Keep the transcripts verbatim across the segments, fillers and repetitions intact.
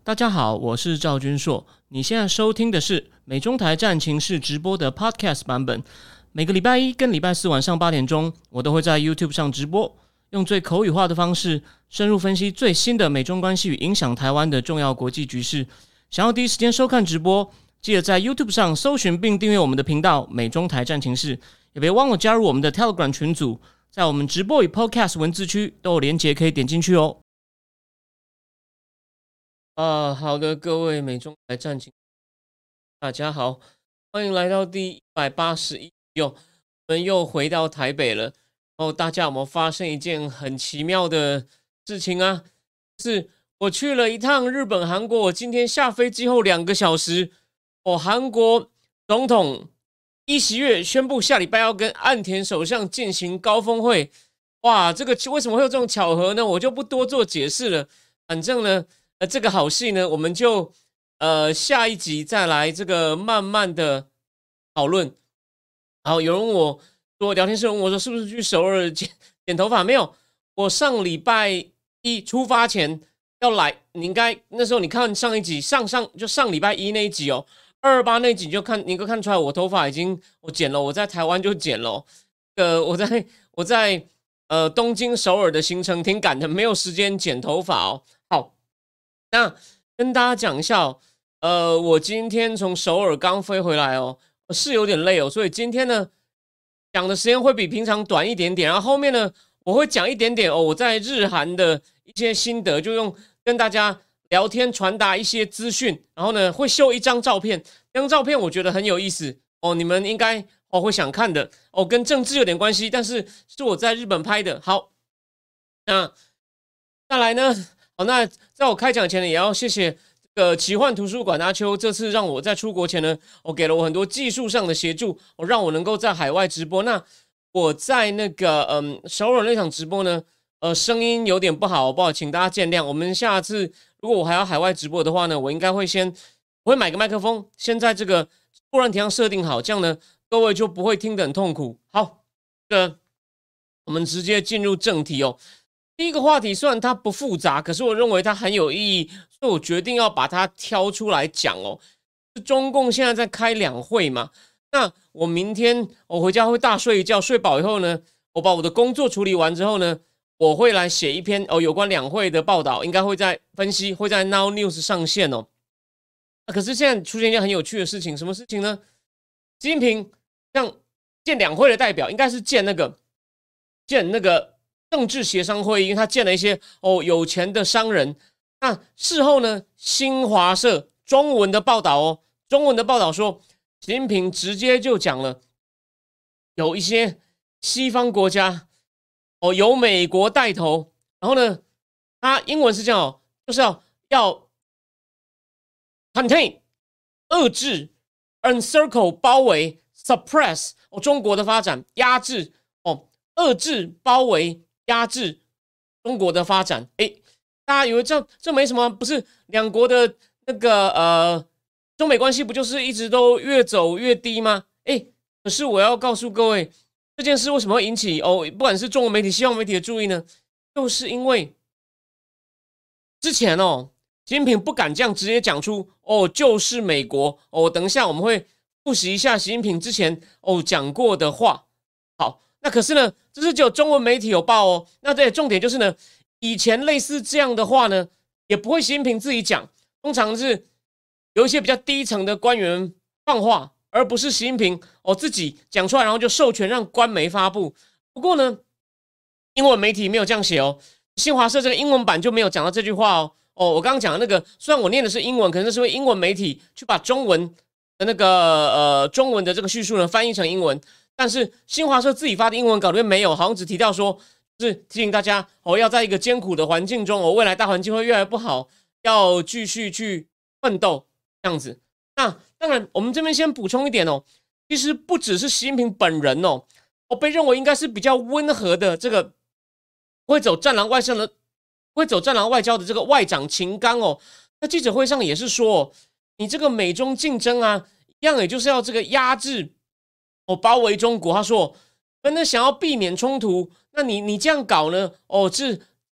大家好，我是赵君硕。你现在收听的是美中台战情室直播的 Podcast 版本。每个礼拜一跟礼拜四晚上八点钟，我都会在 YouTube 上直播，用最口语化的方式，深入分析最新的美中关系与影响台湾的重要国际局势。想要第一时间收看直播，记得在 YouTube 上搜寻并订阅我们的频道美中台战情室，也别忘了加入我们的 Telegram 群组，在我们直播与 Podcast 文字区都有连结可以点进去哦。啊，好的，各位美中台战情，大家好，欢迎来到第一百八十一集哦，我们又回到台北了。哦，大家有没有发生一件很奇妙的事情啊？是我去了一趟日本、韩国，我今天下飞机后两个小时，哦，韩国总统尹锡悦宣布下礼拜要跟岸田首相进行高峰会。哇，这个为什么会有这种巧合呢？我就不多做解释了，反正呢。呃，这个好戏呢，我们就呃下一集再来这个慢慢的讨论。好，有人问我说，聊天室问我说，是不是去首尔剪剪头发？没有，我上礼拜一出发前要来，你应该那时候你看上一集，上上就上礼拜一那一集哦，二二八那一集你就看，你可看出来我头发已经我剪了，我在台湾就剪了。呃，我在我在呃东京首尔的行程挺赶的，没有时间剪头发哦。好。那跟大家讲一下哦，呃，我今天从首尔刚飞回来哦，是有点累哦，所以今天呢讲的时间会比平常短一点点，然后后面呢我会讲一点点哦，我在日韩的一些心得，就用跟大家聊天传达一些资讯，然后呢会秀一张照片，那张照片我觉得很有意思哦，你们应该哦会想看的哦，跟政治有点关系，但是是我在日本拍的。好，那再来呢？好，那在我开讲前呢，也要谢谢这个奇幻图书馆阿秋，这次让我在出国前呢，我给了我很多技术上的协助，我让我能够在海外直播。那我在那个嗯首尔那场直播呢，呃，声音有点不好，不好，请大家见谅。我们下次如果我还要海外直播的话呢，我应该会先我会买个麦克风，先在这个突然题上设定好，这样呢，各位就不会听得很痛苦。好，这个我们直接进入正题哦。第一个话题虽然它不复杂，可是我认为它很有意义，所以我决定要把它挑出来讲哦。中共现在在开两会嘛，那我明天我回家会大睡一觉，睡饱以后呢，我把我的工作处理完之后呢，我会来写一篇哦有关两会的报道，应该会在分析，会在 Now News 上线哦。可是现在出现一件很有趣的事情，什么事情呢？习近平像见两会的代表，应该是见那个见那个。政治协商会议，他见了一些哦有钱的商人。那事后呢，新华社中文的报道哦，中文的报道说，习近平直接就讲了，有一些西方国家哦由美国带头，然后呢，他英文是这样哦，就是要要 contain 遏制 encircle 包围 suppress 哦中国的发展，压制哦遏制包围。压制中国的发展，哎，大家以为这这没什么，不是两国的那个呃中美关系不就是一直都越走越低吗？哎，可是我要告诉各位，这件事为什么会引起哦，不管是中国媒体、西方媒体的注意呢？就是因为之前哦，习近平不敢这样直接讲出哦，就是美国哦。等一下我们会复习一下习近平之前哦讲过的话。好。那可是呢，这是只有中文媒体有报哦。那这重点就是呢，以前类似这样的话呢，也不会习近平自己讲，通常是有一些比较低层的官员放话，而不是习近平哦自己讲出来，然后就授权让官媒发布。不过呢，英文媒体没有这样写哦，新华社这个英文版就没有讲到这句话哦。哦，我刚刚讲的那个，虽然我念的是英文，可能是因为英文媒体去把中文的那个呃中文的这个叙述呢翻译成英文。但是新华社自己发的英文稿里面没有，好像只提到说，是提醒大家哦，要在一个艰苦的环境中，哦，未来大环境会越来越不好，要继续去奋斗这样子。那当然，我们这边先补充一点哦，其实不只是习近平本人哦，我被认为应该是比较温和的这个会走战狼外交的，会走战狼外交的这个外长秦刚哦，在记者会上也是说，哦，你这个美中竞争啊，一样也就是要这个压制。哦，包围中国，他说，那想要避免冲突，那你你这样搞呢？哦，是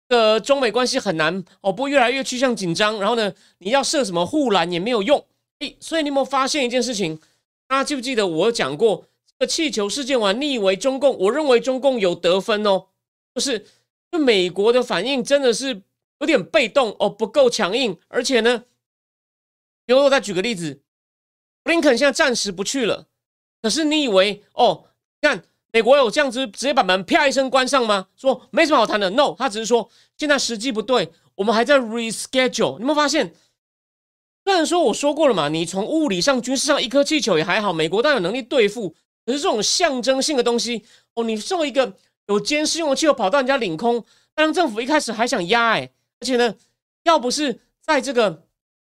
呃，中美关系很难哦，不会越来越趋向紧张。然后呢，你要设什么护栏也没有用。诶，所以你有没有发现一件事情？大家记不记得我有讲过，这个气球事件完，你以为中共，我认为中共有得分哦，就是就美国的反应真的是有点被动哦，不够强硬，而且呢，比如我再举个例子，布林肯现在暂时不去了，可是你以为哦，看美国有这样子直接把门啪一声关上吗？说没什么好谈的 ，no， 他只是说现在时机不对，我们还在 reschedule。你有没有发现？虽然说我说过了嘛，你从物理上、军事上一颗气球也还好，美国当然有能力对付。可是这种象征性的东西，哦，你送一个有监视用的气球跑到人家领空，当政府一开始还想压哎，而且呢，要不是在这个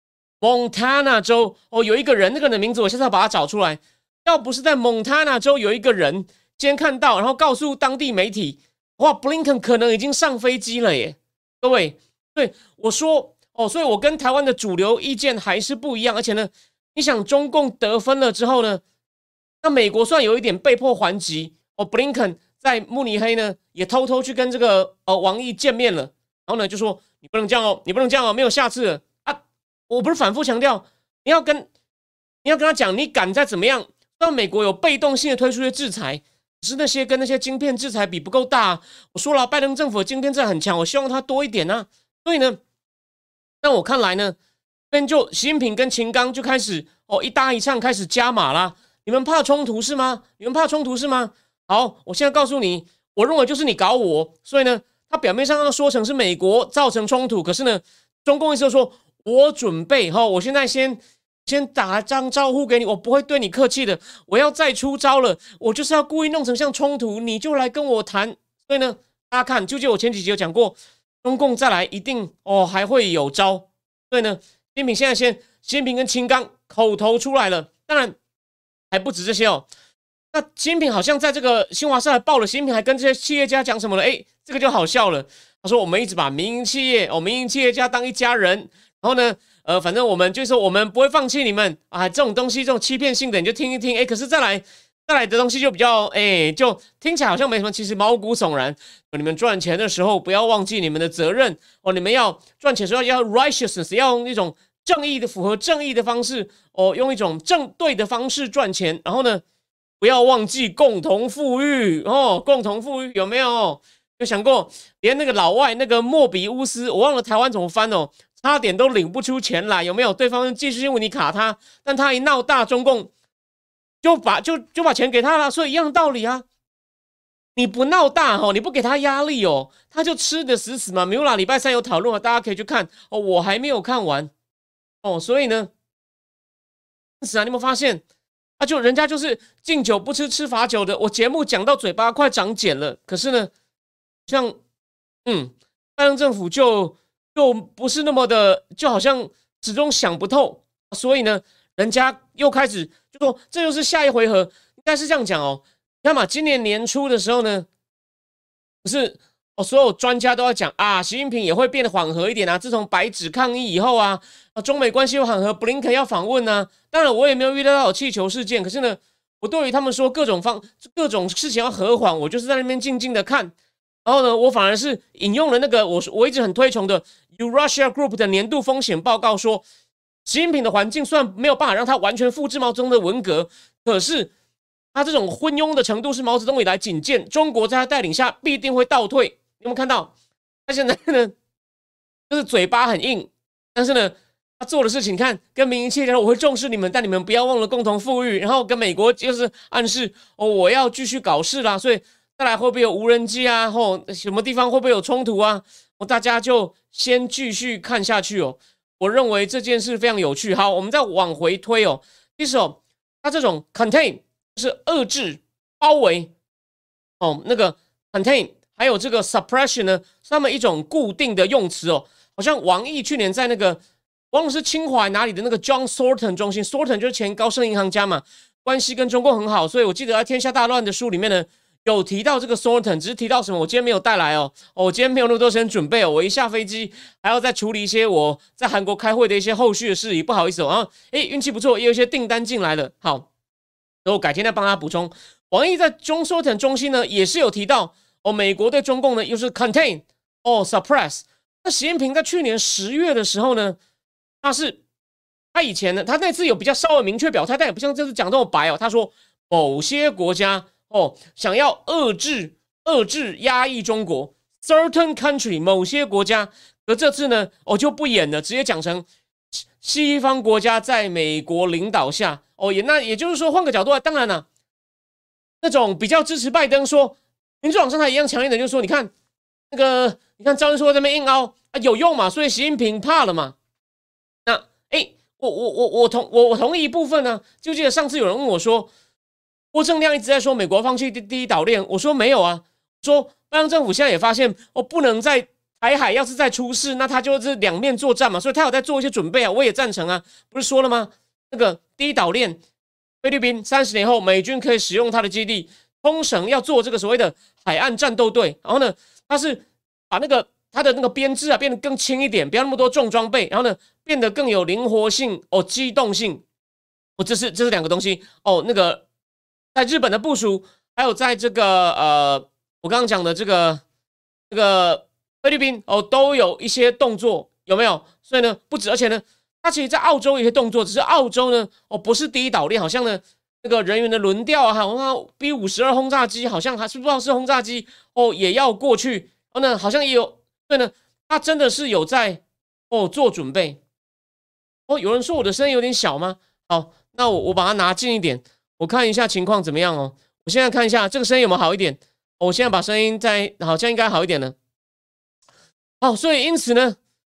Montana 州哦有一个人，那个人的名字我现在要把它找出来，要不是在 Montana 州有一个人今天看到，然后告诉当地媒体，哇，布林肯可能已经上飞机了耶，各位，对我说。哦，所以我跟台湾的主流意见还是不一样，而且呢，你想中共得分了之后呢，那美国算有一点被迫还击哦，布林肯在慕尼黑呢也偷偷去跟这个呃王毅见面了，然后呢就说你不能这样哦，你不能这样哦，没有下次了啊！我不是反复强调，你要跟你要跟他讲，你敢再怎么样，让美国有被动性的推出一些制裁，只是那些跟那些晶片制裁比不够大啊。我说了，拜登政府的晶片制裁很强，我希望它多一点啊，所以呢。那我看来呢，这边就习近平跟秦刚就开始哦一搭一唱开始加码啦。你们怕冲突是吗？你们怕冲突是吗？好，我现在告诉你，我认为就是你搞我。所以呢，他表面上要说成是美国造成冲突，可是呢，中共意思就说我准备哈、哦，我现在先先打张招呼给你，我不会对你客气的，我要再出招了，我就是要故意弄成像冲突，你就来跟我谈。所以呢，大家看，就就我前几集有讲过。中共再来一定哦还会有招，所以呢，习近平现在先，习近平跟秦刚口头出来了，当然还不止这些哦。那习近平好像在这个新华社还报了，习近平还跟这些企业家讲什么了？哎，这个就好笑了。他说我们一直把民营企业哦，民营企业家当一家人，然后呢，呃，反正我们就是说我们不会放弃你们啊，这种东西这种欺骗性的你就听一听，哎，可是再来。再来的东西就比较，哎，就听起来好像没什么，其实毛骨悚然。你们赚钱的时候不要忘记你们的责任哦，你们要赚钱的时候要 righteousness， 要用一种正义的、符合正义的方式哦，用一种正对的方式赚钱。然后呢，不要忘记共同富裕哦，共同富裕有没有？有想过，连那个老外那个莫比乌斯，我忘了台湾怎么翻哦，差点都领不出钱来，有没有？对方技术性问题卡他，但他一闹大，中共。就把就就把钱给他了，所以一样的道理啊。你不闹大哦，你不给他压力哦，他就吃得死死嘛。米拉礼拜三有讨论啊，大家可以去看哦。我还没有看完哦，所以呢，是啊，你有没有发现？啊，就人家就是敬酒不吃吃罚酒的。我节目讲到嘴巴快长茧了，可是呢，像嗯，拜登政府就就不是那么的，就好像始终想不透，所以呢。人家又开始就说，这就是下一回合，应该是这样讲哦。你看嘛，今年年初的时候呢，不是哦，所有专家都要讲啊，习近平也会变得缓和一点啊。自从白纸抗议以后啊，啊，中美关系又缓和，布林肯要访问啊。当然，我也没有遇到气球事件，可是呢，我对于他们说各种方各种事情要和缓，我就是在那边静静的看。然后呢，我反而是引用了那个我我一直很推崇的 Eurasia Group 的年度风险报告说。习近平的环境虽然没有办法让他完全复制毛泽东的文革，可是他这种昏庸的程度是毛泽东以来仅见。中国在他带领下必定会倒退。有没有看到？他现在呢，就是嘴巴很硬，但是呢，他做的事情，你看跟民营企业家说我会重视你们，但你们不要忘了共同富裕。然后跟美国就是暗示哦，我要继续搞事啦。所以再来会不会有无人机啊？或什么地方会不会有冲突啊？哦，大家就先继续看下去哦。我认为这件事非常有趣。好，我们再往回推哦。其实哦，它这种 contain 就是遏制、包围哦，那个 contain 还有这个 suppression 呢，是他们一种固定的用词哦。好像王毅去年在那个忘了是清华哪里的那个 John Thornton 中心 ，Thornton 就是前高盛银行家嘛，关系跟中共很好，所以我记得在《天下大乱》的书里面呢。有提到这个 Thornton， 只是提到什么，我今天没有带来哦。哦，我今天没有那么多时间准备哦。我一下飞机还要再处理一些我在韩国开会的一些后续的事宜，不好意思哦。然后，哎，运气不错，也有一些订单进来了。好，然后改天再帮他补充。王毅在 John Thornton 中心呢，也是有提到哦，美国对中共呢又是 contain 哦 suppress。那习近平在去年十月的时候呢，他是他以前呢，他那次有比较稍微明确表态，但也不像这次讲这么白哦。他说某些国家哦想要遏制遏制压抑中国 ，certain country 某些国家，而这次呢哦就不演了，直接讲成西方国家在美国领导下哦也那也就是说换个角度，当然了、啊，那种比较支持拜登说民主党上台一样强烈的，就是说你看那个你看赵英说在那边硬凹啊有用嘛，所以习近平怕了嘛。那哎，我我我我同我我同意一部分呢、啊，就记得上次有人问我说。郭正亮一直在说美国放弃第一岛链，我说没有啊，说拜登政府现在也发现哦，不能在台海要是再出事，那他就是两面作战嘛，所以他有在做一些准备啊，我也赞成啊，不是说了吗？那个第一岛链，菲律宾三十年后美军可以使用它的基地，冲绳要做这个所谓的海岸战斗队，然后呢，他是把那个他的那个编制啊变得更轻一点，不要那么多重装备，然后呢变得更有灵活性哦，机动性哦，这是这是两个东西哦，那个。在日本的部署，还有在这个呃，我刚刚讲的这个这个菲律宾哦，都有一些动作，有没有？所以呢，不止，而且呢，它其实在澳洲有一些动作，只是澳洲呢，哦，不是第一岛链，好像呢，那个人员的轮调啊，好像 B 五十二轰炸机，好像还是不知道是轰炸机哦，也要过去，哦呢，好像也有，所以呢，他真的是有在哦做准备。哦，有人说我的声音有点小吗？好，那我我把它拿近一点。我看一下情况怎么样哦。我现在看一下这个声音有没有好一点。哦、我现在把声音再好，这样应该好一点了。好，所以因此呢，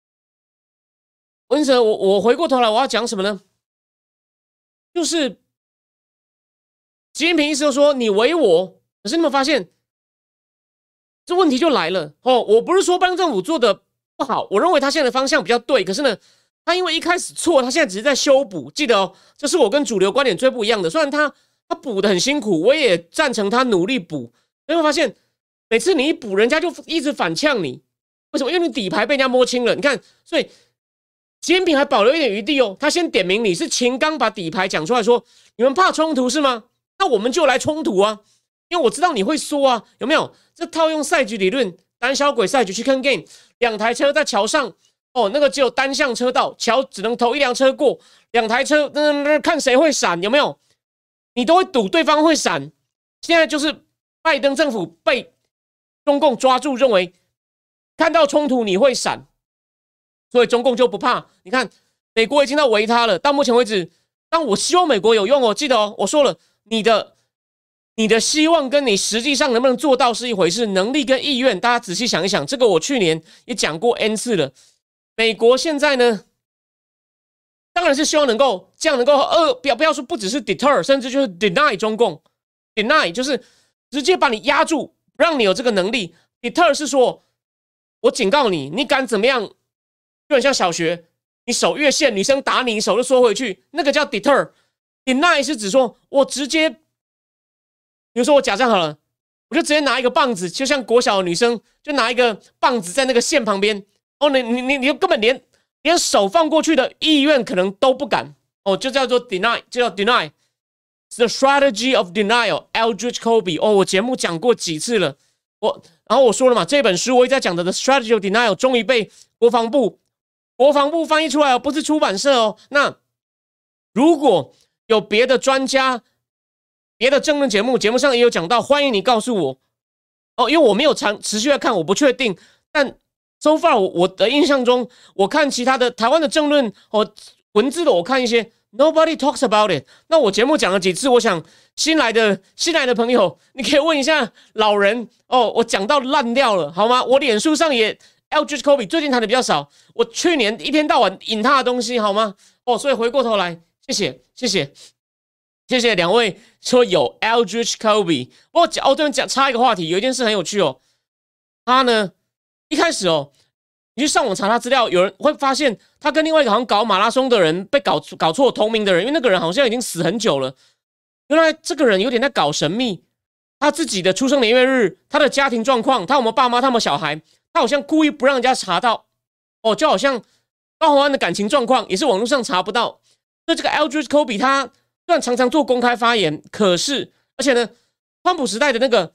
因此我我回过头来我要讲什么呢？就是习近平意思就是说你唯我，可是你有没有发现这问题就来了哦？我不是说拜登政府做的不好，我认为他现在的方向比较对，可是呢。他因为一开始错，他现在只是在修补。记得哦，这是我跟主流观点最不一样的。虽然他他补的很辛苦，我也赞成他努力补。你会发现，每次你一补，人家就一直反呛你。为什么？因为你底牌被人家摸清了。你看，所以习近平还保留一点余地哦。他先点名你是秦刚把底牌讲出来说，你们怕冲突是吗？那我们就来冲突啊！因为我知道你会说啊，有没有？这套用赛局理论，胆小鬼赛局去看 game， 两台车在桥上。哦，那个只有单向车道，桥只能投一辆车过，两台车，嗯，看谁会闪，有没有？你都会赌对方会闪。现在就是拜登政府被中共抓住，认为看到冲突你会闪，所以中共就不怕。你看，美国已经在围他了。到目前为止，但我希望美国有用哦。记得哦，我说了，你的你的希望跟你实际上能不能做到是一回事，能力跟意愿，大家仔细想一想。这个我去年也讲过 N 次了。美国现在呢，当然是希望能够这样能够呃，不要不要说不只是 deter， 甚至就是 deny 中共 ，deny 就是直接把你压住，不让你有这个能力。deter 是说，我警告你，你敢怎么样，就很像小学，你手越线，女生打你，你手就缩回去，那个叫 deter。deny 是指说我直接，比如说我假设好了，我就直接拿一个棒子，就像国小的女生，就拿一个棒子在那个线旁边。哦，你你你你根本连连手放过去的意愿可能都不敢哦，就叫做 deny， 就叫 deny。The strategy of denial，Eldridge Colby。哦，我节目讲过几次了，我然后我说了嘛，这本书我一直在讲的 The strategy of denial， 终于被国防部国防部翻译出来哦，不是出版社哦。那如果有别的专家、别的政论节目节目上也有讲到，欢迎你告诉我哦，因为我没有长持续在看，我不确定，但。So far， 我, 我的印象中，我看其他的台湾的政论哦，文字的我看一些 ，Nobody talks about it。那我节目讲了几次，我想新来的新来的朋友，你可以问一下老人哦，我讲到烂掉了，好吗？我脸书上也 Eldridge Colby 最近谈的比较少，我去年一天到晚引他的东西，好吗？哦，所以回过头来，谢谢谢谢谢谢两位说有 Eldridge Colby。我讲哦，对，讲插一个话题，有一件事很有趣哦，他呢。一开始哦，你去上网查他资料，有人会发现他跟另外一个好像搞马拉松的人被搞搞错同名的人，因为那个人好像已经死很久了。原来这个人有点在搞神秘，他自己的出生年月日、他的家庭状况、他有没有爸妈、他有没有小孩，他好像故意不让人家查到。哦，就好像高虹安的感情状况也是网络上查不到。那这个 Eldridge Colby 他虽然常常做公开发言，可是而且呢，川普时代的那个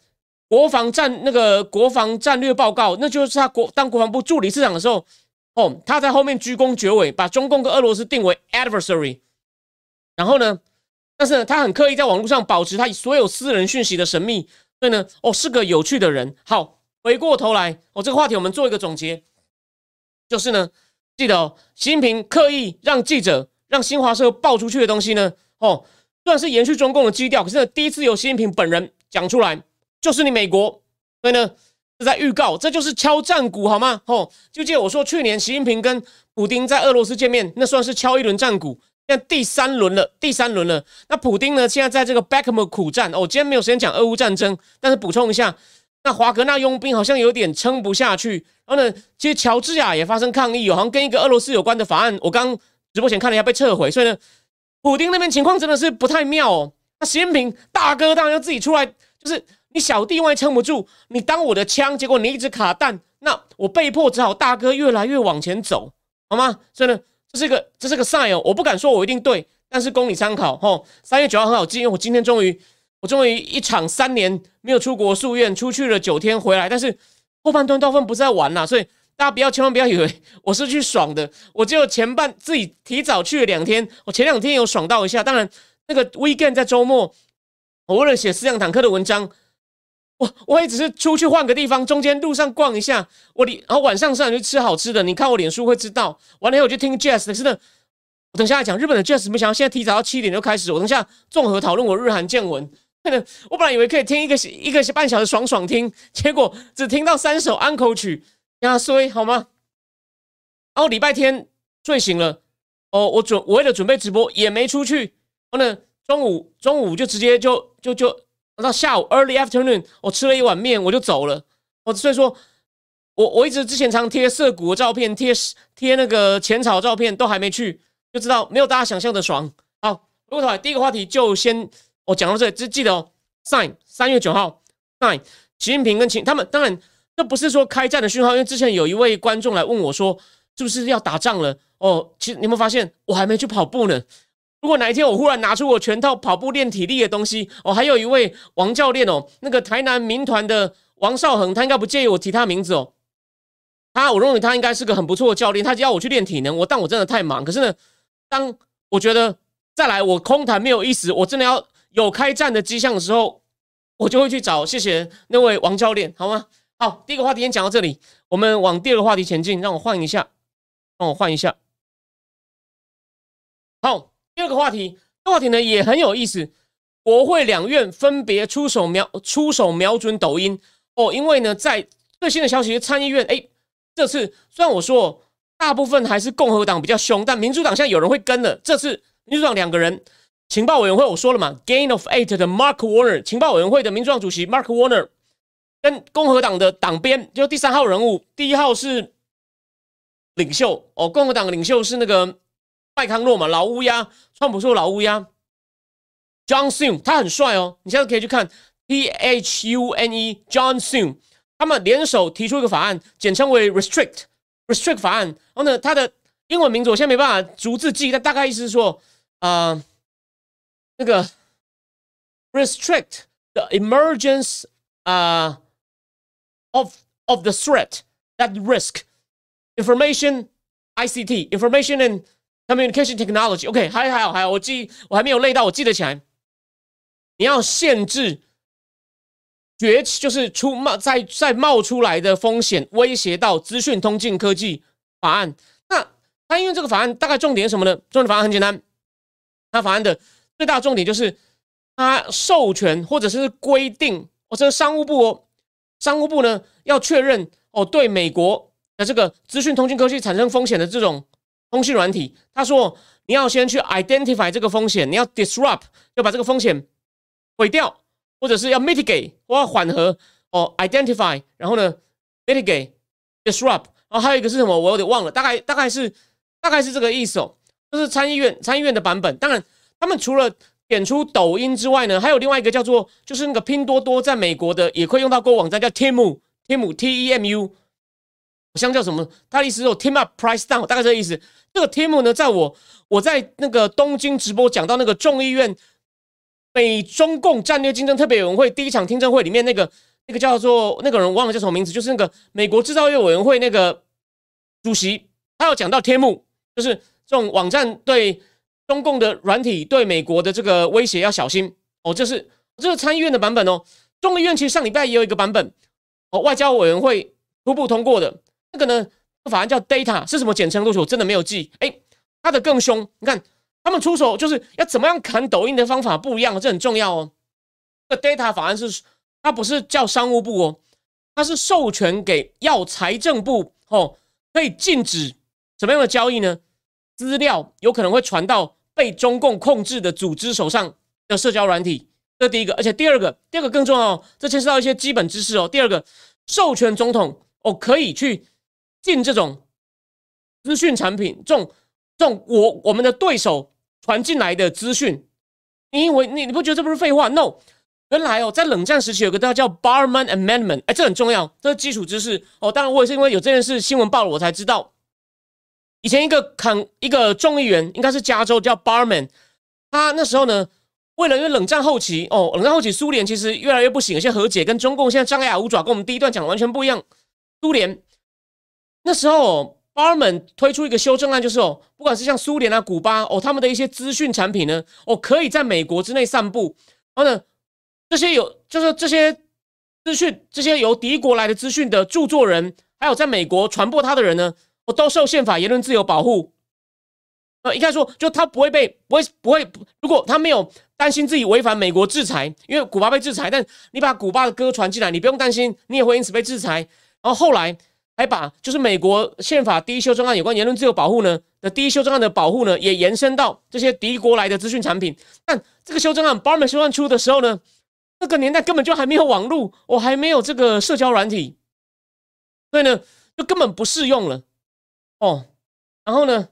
国防战那个国防战略报告，那就是他国当国防部助理次长的时候，哦，他在后面鞠躬绝尾，把中共跟俄罗斯定为 adversary。然后呢，但是呢，他很刻意在网络上保持他所有私人讯息的神秘，所以呢，哦，是个有趣的人。好，回过头来，哦，这个话题我们做一个总结，就是呢，记得哦，习近平刻意让记者让新华社爆出去的东西呢，哦，虽然是延续中共的基调，可是呢，第一次由习近平本人讲出来。就是你美国，所以呢是在预告，这就是敲战鼓好吗？哦，就记得我说去年习近平跟普丁在俄罗斯见面，那算是敲一轮战鼓，现在第三轮了，第三轮了。那普丁呢，现在在这个 Bakhmut 苦战哦，今天没有时间讲俄乌战争，但是补充一下，那华格纳佣兵好像有点撑不下去。然后呢，其实乔治亚也发生抗议，好像跟一个俄罗斯有关的法案，我刚直播前看了一下被撤回，所以呢，普丁那边情况真的是不太妙哦。那习近平大哥当然要自己出来，就是。你小弟万一撑不住，你当我的枪，结果你一直卡弹，那我被迫只好大哥越来越往前走，好吗？所以呢，这是一个这是个 sign 哦，我不敢说我一定对，但是供你参考吼。三月九号很好记，因为我今天终于我终于一场三年没有出国宿院，出去了九天回来，但是后半段大部分不是在玩啦，所以大家不要千万不要以为我是去爽的，我只有前半自己提早去了两天，我前两天有爽到一下，当然那个 weekend 在周末，我为了写思想坦克的文章。我我也只是出去换个地方，中间路上逛一下，我然后晚上上去吃好吃的，你看我脸书会知道。完了以后我就听 jazz， 可是呢，我等一下来讲日本的 jazz， 没想到现在提早到七点就开始，我等一下综合讨论我日韩见闻。我本来以为可以听一个一个半小时爽爽听，结果只听到三首安口曲，呀衰好吗？然后礼拜天睡醒了，哦，我准我为了准备直播也没出去，然后呢中午中午就直接就就就。到下午 early afternoon， 我吃了一碗面，我就走了。我所以说，我我一直之前常贴涩谷的照片，贴贴那个浅草照片，都还没去，就知道没有大家想象的爽。好，回过头来，第一个话题就先我讲到这里，只记得哦 ，sign 三月九号 sign 习近平跟秦他们，当然这不是说开战的讯号，因为之前有一位观众来问我说，是不是要打仗了？哦，其实你有没有发现，我还没去跑步呢？如果哪一天我忽然拿出我全套跑步练体力的东西，哦，还有一位王教练哦，那个台南民团的王少恒，他应该不介意我提他名字哦。他，我认为他应该是个很不错的教练，他要我去练体能，我但我真的太忙。可是呢，当我觉得再来我空谈没有意思，我真的要有开战的迹象的时候，我就会去找。谢谢那位王教练，好吗？好，第一个话题先讲到这里，我们往第二个话题前进。让我换一下，让我换一下。好。第二个话题，这个话题呢也很有意思。国会两院分别出手瞄出手瞄准抖音哦，因为呢，在最新的消息，参议院哎，这次虽然我说大部分还是共和党比较凶，但民主党现在有人会跟了。这次民主党两个人，情报委员会我说了嘛 ，Gain of Eight 的 Mark Warner， 情报委员会的民主党主席 Mark Warner， 跟共和党的党鞭就第三号人物，第一号是领袖哦，共和党的领袖是那个。麦康诺嘛，老乌鸦，川普说老乌鸦 ，John Thune， 他很帅哦，你现在可以去看 T H U N E John Thune， 他们联手提出一个法案，简称为 Restrict Restrict 法案。然后呢，它的英文名字我现在没办法逐字记，但大概意思是说，呃，那个 Restrict the emergence 啊、uh, of of the threat that risk information I C T information and Communication technology，OK， 还还好还好，我记我还没有累到，我记得起来。你要限制崛起，就是出冒再再冒出来的风险，威胁到资讯通信科技法案。那它因为这个法案大概重点是什么呢？重点法案很简单，它法案的最大重点就是它授权或者是规定，哦，这个商务部哦，商务部呢要确认哦，对美国的这个资讯通信科技产生风险的这种。通讯软体，他说你要先去 identify 这个风险，你要 disrupt， 要把这个风险毁掉，或者是要 mitigate， 或要缓和哦 identify， 然后呢 mitigate disrupt， 然后还有一个是什么？我有点忘了，大概大概是大概是这个意思哦。这是参议院参议院的版本。当然，他们除了点出抖音之外呢，还有另外一个叫做就是那个拼多多在美国的也可以用到购物网站叫 Temu Temu T E M U， 像叫什么？它的意思是 Team Up Price Down， 大概这个意思。这个 Temu 呢，在我我在那个东京直播讲到那个众议院美中共战略竞争特别委员会第一场听证会里面，那个那个叫做那个人忘了叫什么名字，就是那个美国制造业委员会那个主席，他有讲到天幕，就是这种网站对中共的软体对美国的这个威胁要小心哦。这是这是参议院的版本哦，众议院其实上礼拜也有一个版本哦，外交委员会初步通过的那个呢，法案叫 Data 是什么简称？我真的没有记。哎，他的更凶，你看他们出手就是要怎么样砍抖音的方法不一样，这很重要哦。这个 Data 法案是它不是叫商务部哦，它是授权给要财政部哦，可以禁止什么样的交易呢？资料有可能会传到被中共控制的组织手上的社交软体，这是第一个。而且第二个，第二个更重要哦，这牵涉到一些基本知识哦。第二个，授权总统哦可以去禁这种资讯产品，这种这种我我们的对手传进来的资讯，你以为你你不觉得这不是废话 ？No。原来哦，在冷战时期有个叫 Barman Amendment， 哎，这很重要，这是基础知识哦。当然，我也是因为有这件事新闻报了，我才知道。以前一个抗一个众议员，应该是加州叫 Barman， 他那时候呢，为了因为冷战后期哦，冷战后期苏联其实越来越不行，有些和解跟中共现在张牙舞爪，跟我们第一段讲的完全不一样。苏联那时候、哦、Barman 推出一个修正案，就是哦，不管是像苏联啊、古巴哦，他们的一些资讯产品呢，哦，可以在美国之内散布，然后呢。这些有就是这些资讯，这些由敌国来的资讯的著作人，还有在美国传播他的人呢，哦，都受宪法言论自由保护。呃，应该说，就他不会被不会不会，如果他没有担心自己违反美国制裁，因为古巴被制裁，但你把古巴的歌传进来，你不用担心，你也会因此被制裁。然后后来还把就是美国宪法第一修正案有关言论自由保护呢的第一修正案的保护呢，也延伸到这些敌国来的资讯产品。但这个修正案 Barman 修正案出的时候呢，那个年代根本就还没有网络，我还没有这个社交软体，所以呢，就根本不适用了哦。然后呢，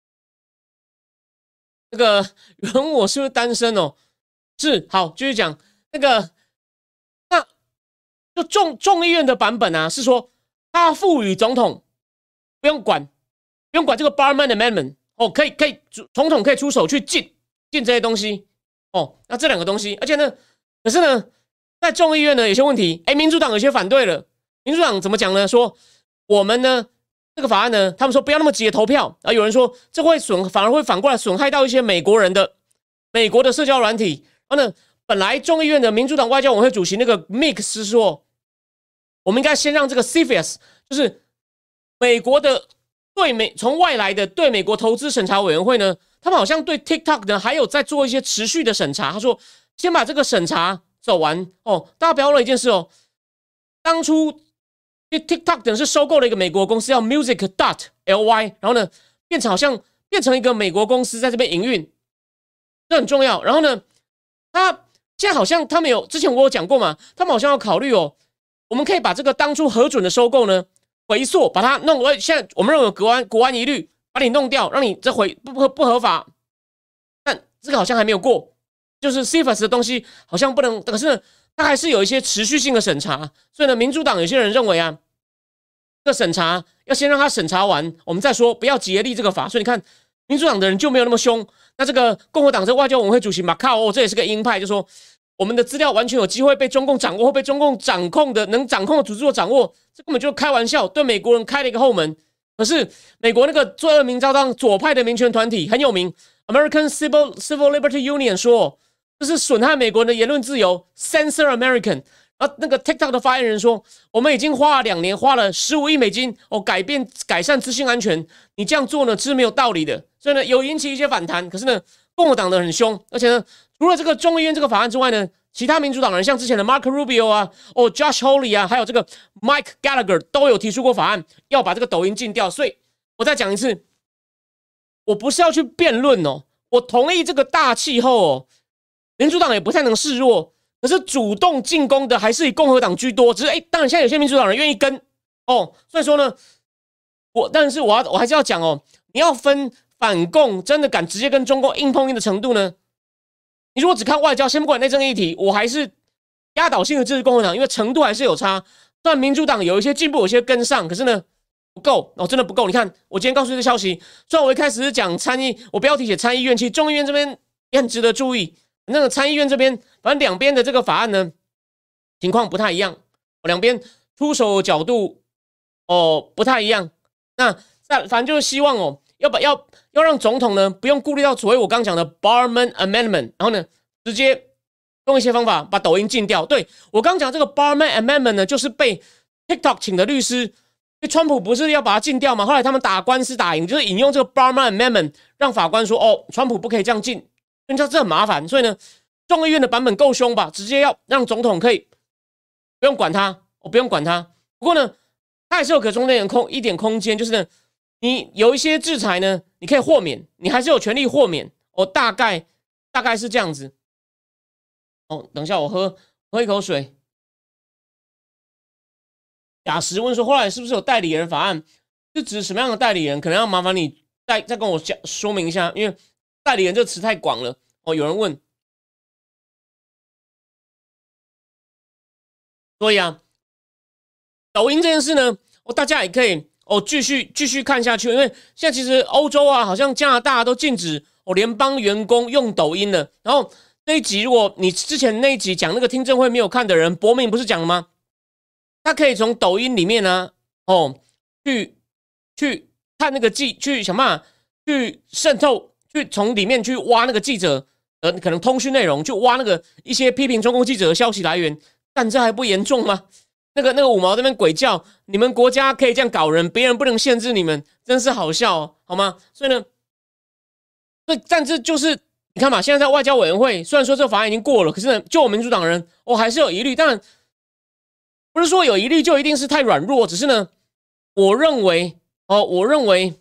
那个问我是不是单身哦？是，好，继续讲那个，那就众众议院的版本啊，是说他赋予总统不用管，不用管这个 Barman Amendment 哦，可以可以，总统可以出手去禁禁这些东西哦。那这两个东西，而且呢。可是呢，在众议院呢有些问题，哎，民主党有些反对了。民主党怎么讲呢？说我们呢这个法案呢，他们说不要那么急的投票啊。有人说这会损，反而会反过来损害到一些美国人的美国的社交软体。然后呢，本来众议院的民主党外交委员会主席那个 Mick 是说，我们应该先让这个 C F I U S， 就是美国的对美从外来的对美国投资审查委员会呢，他们好像对 TikTok 呢还有在做一些持续的审查。他说。先把这个审查走完哦，大家不要忘了一件事哦。当初 TikTok 等是收购了一个美国公司叫 Music dot L Y， 然后呢，变成好像变成一个美国公司在这边营运，这很重要。然后呢，他现在好像他们有之前我有讲过嘛，他们好像要考虑哦，我们可以把这个当初核准的收购呢回溯，把它弄。现在我们认为有国安国安疑虑，把你弄掉，让你这回不不不合法。但这个好像还没有过。就是 C F I U S 的东西好像不能，可是呢，它还是有一些持续性的审查。所以呢，民主党有些人认为啊，这审查要先让他审查完，我们再说，不要竭力这个法。所以你看，民主党的人就没有那么凶。那这个共和党这外交委员会主席马卡哦，这也是个鹰派，就说我们的资料完全有机会被中共掌握，或被中共掌控的能掌控的组织所掌握，这根本就是开玩笑，对美国人开了一个后门。可是美国那个最恶名昭彰左派的民权团体很有名 ，American Civil Civil Liberty Union 说。这是损害美国人的言论自由 ，Censor American。然后那个 TikTok 的发言人说，我们已经花了两年，花了十五亿美金哦，改变改善资讯安全。你这样做呢是没有道理的，所以呢有引起一些反弹。可是呢，共和党的很凶，而且呢，除了这个众议院这个法案之外呢，其他民主党人像之前的 Marco Rubio 啊，哦 Josh Hawley 啊，还有这个 Mike Gallagher 都有提出过法案，要把这个抖音禁掉。所以我再讲一次，我不是要去辩论哦，我同意这个大气候哦。民主党也不太能示弱，可是主动进攻的还是以共和党居多。只是哎，当然现在有些民主党人愿意跟哦，所以说呢，我但是我要我还是要讲哦，你要分反共真的敢直接跟中共硬碰硬的程度呢？你如果只看外交，先不管内政议题，我还是压倒性的支持共和党，因为程度还是有差。虽然民主党有一些进步，有些跟上，可是呢不够哦，真的不够。你看，我今天告诉你这消息，虽然我一开始是讲参议，我标题写参议院，其实众议院这边也很值得注意。那个参议院这边，反正两边的这个法案呢，情况不太一样两边出手角度哦不太一样。那在反正就是希望哦，要把要要让总统呢不用顾虑到所谓我刚讲的 Barman Amendment， 然后呢直接用一些方法把抖音禁掉。对，我刚讲这个 Barman Amendment 呢，就是被 TikTok 请的律师，因为川普不是要把它禁掉吗？后来他们打官司打赢，就是引用这个 Barman Amendment， 让法官说哦，川普不可以这样禁，人家这很麻烦。所以呢，众议院的版本够凶吧？直接要让总统可以不用管他，我、哦、不用管他。不过呢，他还是有可中间空一点空间，就是呢，你有一些制裁呢，你可以豁免，你还是有权利豁免。哦，大概大概是这样子。哦，等一下，我喝喝一口水。雅石问说，后来是不是有代理人法案？是指什么样的代理人？可能要麻烦你再再跟我讲说明一下，因为代理人这个词太广了。哦，有人问，所以啊，抖音这件事呢，哦，大家也可以哦继续继续看下去，因为现在其实欧洲啊，好像加拿大都禁止哦联邦员工用抖音了，然后。那一集，如果你之前那一集讲那个听证会没有看的人，博明不是讲了吗？他可以从抖音里面呢、啊，哦，去去看那个记，去想办法去渗透，去从里面去挖那个记者呃可能通讯内容，去挖那个一些批评中共记者的消息来源。但这还不严重吗？那个那个五毛这边鬼叫，你们国家可以这样搞人，别人不能限制你们，真是好笑哦，好吗？所以呢，所以但这就是。你看嘛，现在在外交委员会，虽然说这个法案已经过了，可是呢，就我民主党人，我还是有疑虑。当然，不是说有疑虑就一定是太软弱，只是呢，我认为，哦，我认为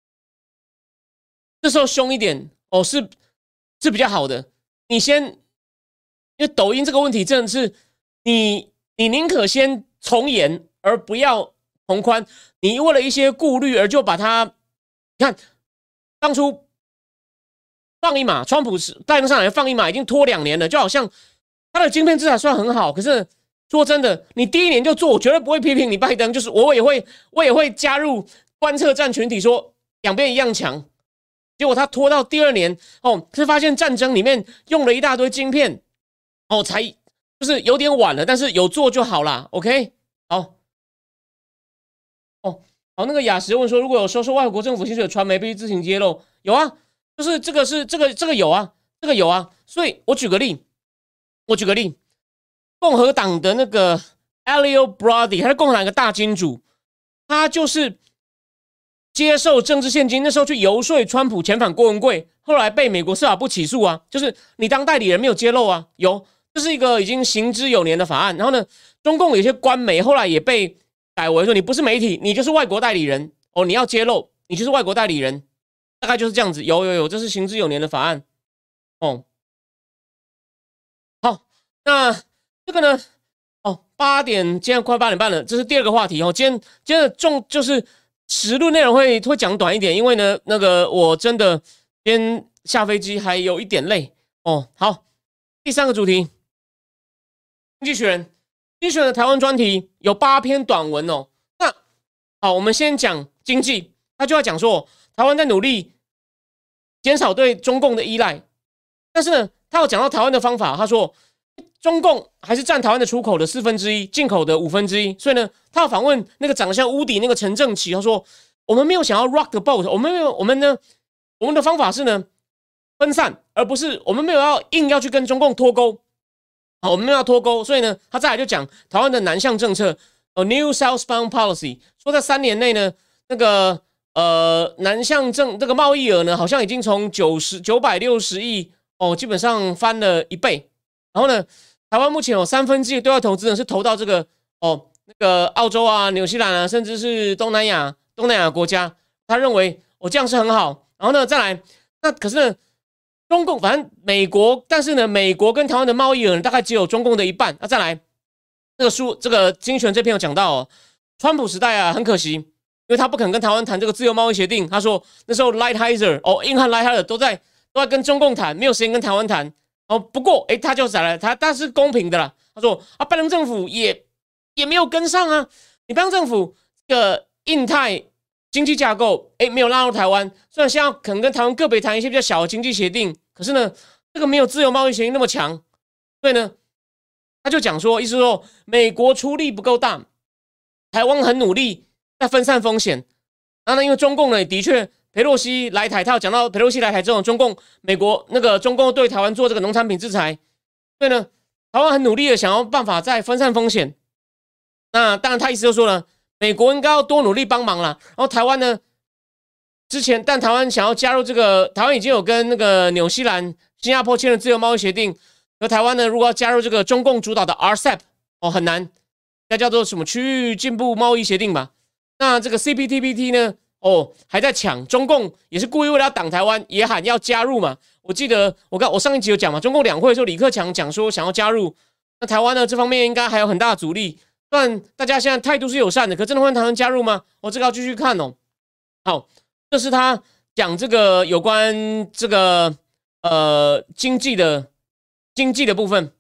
这时候凶一点，哦，是是比较好的。你先，因为抖音这个问题真的是，你你宁可先从严，而不要从宽。你为了一些顾虑而就把它，你看当初。放一马，川普是拜登上来放一马，已经拖两年了，就好像他的晶片制裁算很好，可是说真的，你第一年就做，我绝对不会批评你拜登，就是我也会，我也会加入观测站群体说两边一样强。结果他拖到第二年，哦，是发现战争里面用了一大堆晶片，哦，才就是有点晚了，但是有做就好啦 OK， 好，哦，好，那个雅石问说，如果有收受外国政府薪水的传媒必须自行揭露，有啊。就是这个是这个这个有啊，这个有啊，所以我举个例，我举个例，共和党的那个 Elio Brody， 他是共和党一个大金主，他就是接受政治现金，那时候去游说川普遣返郭文贵，后来被美国司法部起诉啊，就是你当代理人没有揭露啊，有，这是一个已经行之有年的法案。然后呢，中共有些官媒后来也被改为说，你不是媒体，你就是外国代理人哦，你要揭露，你就是外国代理人。大概就是这样子，有有有，这是行之有年的法案哦。好，那这个呢？哦，八点，今天快八点半了，这是第二个话题哦。今天今天的重就是实录内容会会讲短一点，因为呢，那个我真的今天下飞机还有一点累哦。好，第三个主题，经济学人，经济学人的台湾专题有八篇短文哦。那好，我们先讲经济，他就要讲说。台湾在努力减少对中共的依赖，但是呢，他有讲到台湾的方法。他说，中共还是占台湾的出口的四分之一，进口的五分之一。所以呢，他要访问那个长得像乌迪那个陈正奇，他说，我们没有想要 rock the boat， 我们没有，我们呢，我们的方法是呢分散，而不是我们没有要硬要去跟中共脱钩。好，我们没有要脱钩，所以呢，他再来就讲台湾的南向政策，呃 ，New Southbound Policy， 说在三年内呢，那个。呃，南向政这个贸易额呢，好像已经从九十九百六十亿哦，基本上翻了一倍。然后呢，台湾目前有三分之一的对外投资呢是投到这个哦那个澳洲啊、纽西兰啊，甚至是东南亚东南亚国家。他认为哦这样是很好。然后呢，再来那可是呢，中共反正美国，但是呢，美国跟台湾的贸易额大概只有中共的一半。那再来这个书这个经济学人这篇有讲到哦，川普时代啊，很可惜。因为他不肯跟台湾谈这个自由贸易协定，他说那时候 Lighthizer 哦，硬汉 Lighthizer 都在都在跟中共谈，没有时间跟台湾谈哦。不过哎，他就来了，他他是公平的啦。他说啊，拜登政府也也没有跟上啊。你拜登政府这个印太经济架构哎没有拉入台湾，虽然现在可能跟台湾个别谈一些比较小的经济协定，可是呢，这个没有自由贸易协定那么强，所以呢， 他就讲说，意思说美国出力不够大，台湾很努力在分散风险。然后呢，因为中共呢，的确裴洛西来台，他有讲到裴洛西来台之后，中共美国那个中共对台湾做这个农产品制裁，所以呢，台湾很努力的想要办法再分散风险。那当然，他意思就说呢，美国应该要多努力帮忙啦。然后台湾呢，之前但台湾想要加入这个，台湾已经有跟那个纽西兰、新加坡签了自由贸易协定，而台湾呢，如果要加入这个中共主导的 R C E P 哦，很难，该叫做什么区域进步贸易协定吧？那这个 C P T P P 呢？哦，还在抢，中共也是故意为了要挡台湾，也喊要加入嘛。我记得我刚我上一集有讲嘛，中共两会的时候，李克强讲说想要加入，那台湾呢这方面应该还有很大的阻力。虽然大家现在态度是友善的，可真的会让台湾加入吗？我、哦、这个要继续看哦。好，这是他讲这个有关这个呃经济的经济的部分。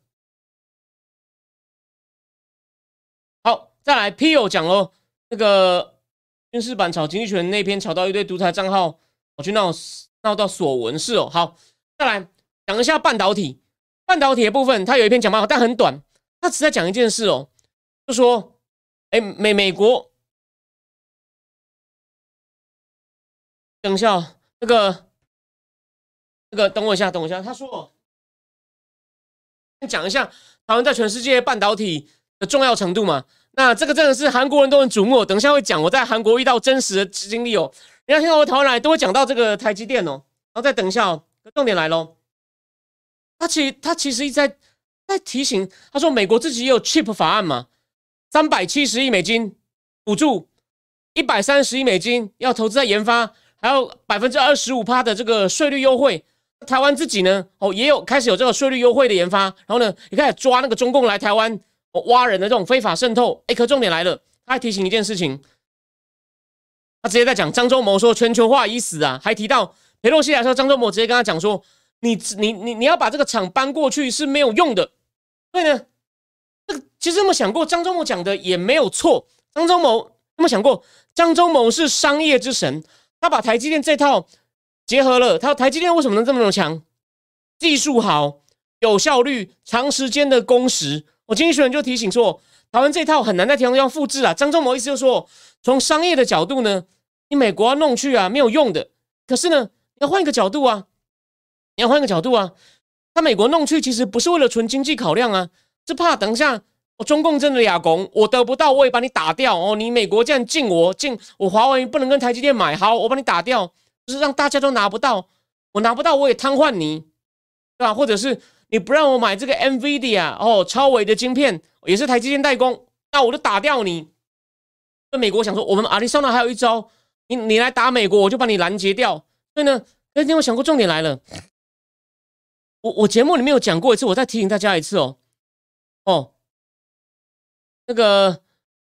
好，再来 P 友讲喽，那个军事版炒经济权那篇炒到一堆独裁账号，我去闹闹到所闻是哦。好，再来讲一下半导体，半导体的部分，他有一篇讲蛮好，但很短。他只在讲一件事哦，就说，哎，美美国，等一下、哦，那个那个，等我一下，等我一下。他说，讲一下台湾在全世界半导体的重要程度嘛。那这个真的是韩国人都很瞩目，等一下会讲我在韩国遇到真实的经历哦。人家听到我台湾来都会讲到这个台积电哦，然后再等一下哦，重点来咯。他其实他其实一直在在提醒，他说美国自己也有 Chip 法案嘛，三百七十亿美金补助，一百三十亿美金要投资在研发，还有百分之二十五趴的这个税率优惠。台湾自己呢，哦也有开始有这个税率优惠的研发，然后呢也开始抓那个中共来台湾。挖人的这种非法渗透，哎，可重点来了，他还提醒一件事情，他直接在讲张忠谋说全球化已死啊，还提到裴洛西来说，张忠谋直接跟他讲说，你你你你要把这个厂搬过去是没有用的，所以呢，这个其实有没有想过，张忠谋讲的也没有错，张忠谋有没有想过，张忠谋是商业之神，他把台积电这套结合了，他台积电为什么能这么强？技术好，有效率，长时间的工时。我经济学人就提醒说，台湾这套很难在其他地方复制啊。张忠谋意思就是说，从商业的角度呢，你美国要弄去啊，没有用的。可是呢，你要换一个角度啊，你要换一个角度啊。他美国弄去其实不是为了纯经济考量啊，是怕等一下我中共真的俩拱，我得不到我也把你打掉哦。你美国这样禁我禁我华为不能跟台积电买，好，我把你打掉，就是让大家都拿不到，我拿不到我也瘫痪你，对吧？或者是你不让我买这个 NVIDIA 哦，超微的晶片也是台积电代工，那我就打掉你。那美国想说，我们亚利桑那还有一招，你你来打美国，我就把你拦截掉。所以呢，哎，你有想过重点来了？我我节目里面有讲过一次，我再提醒大家一次哦。哦，那个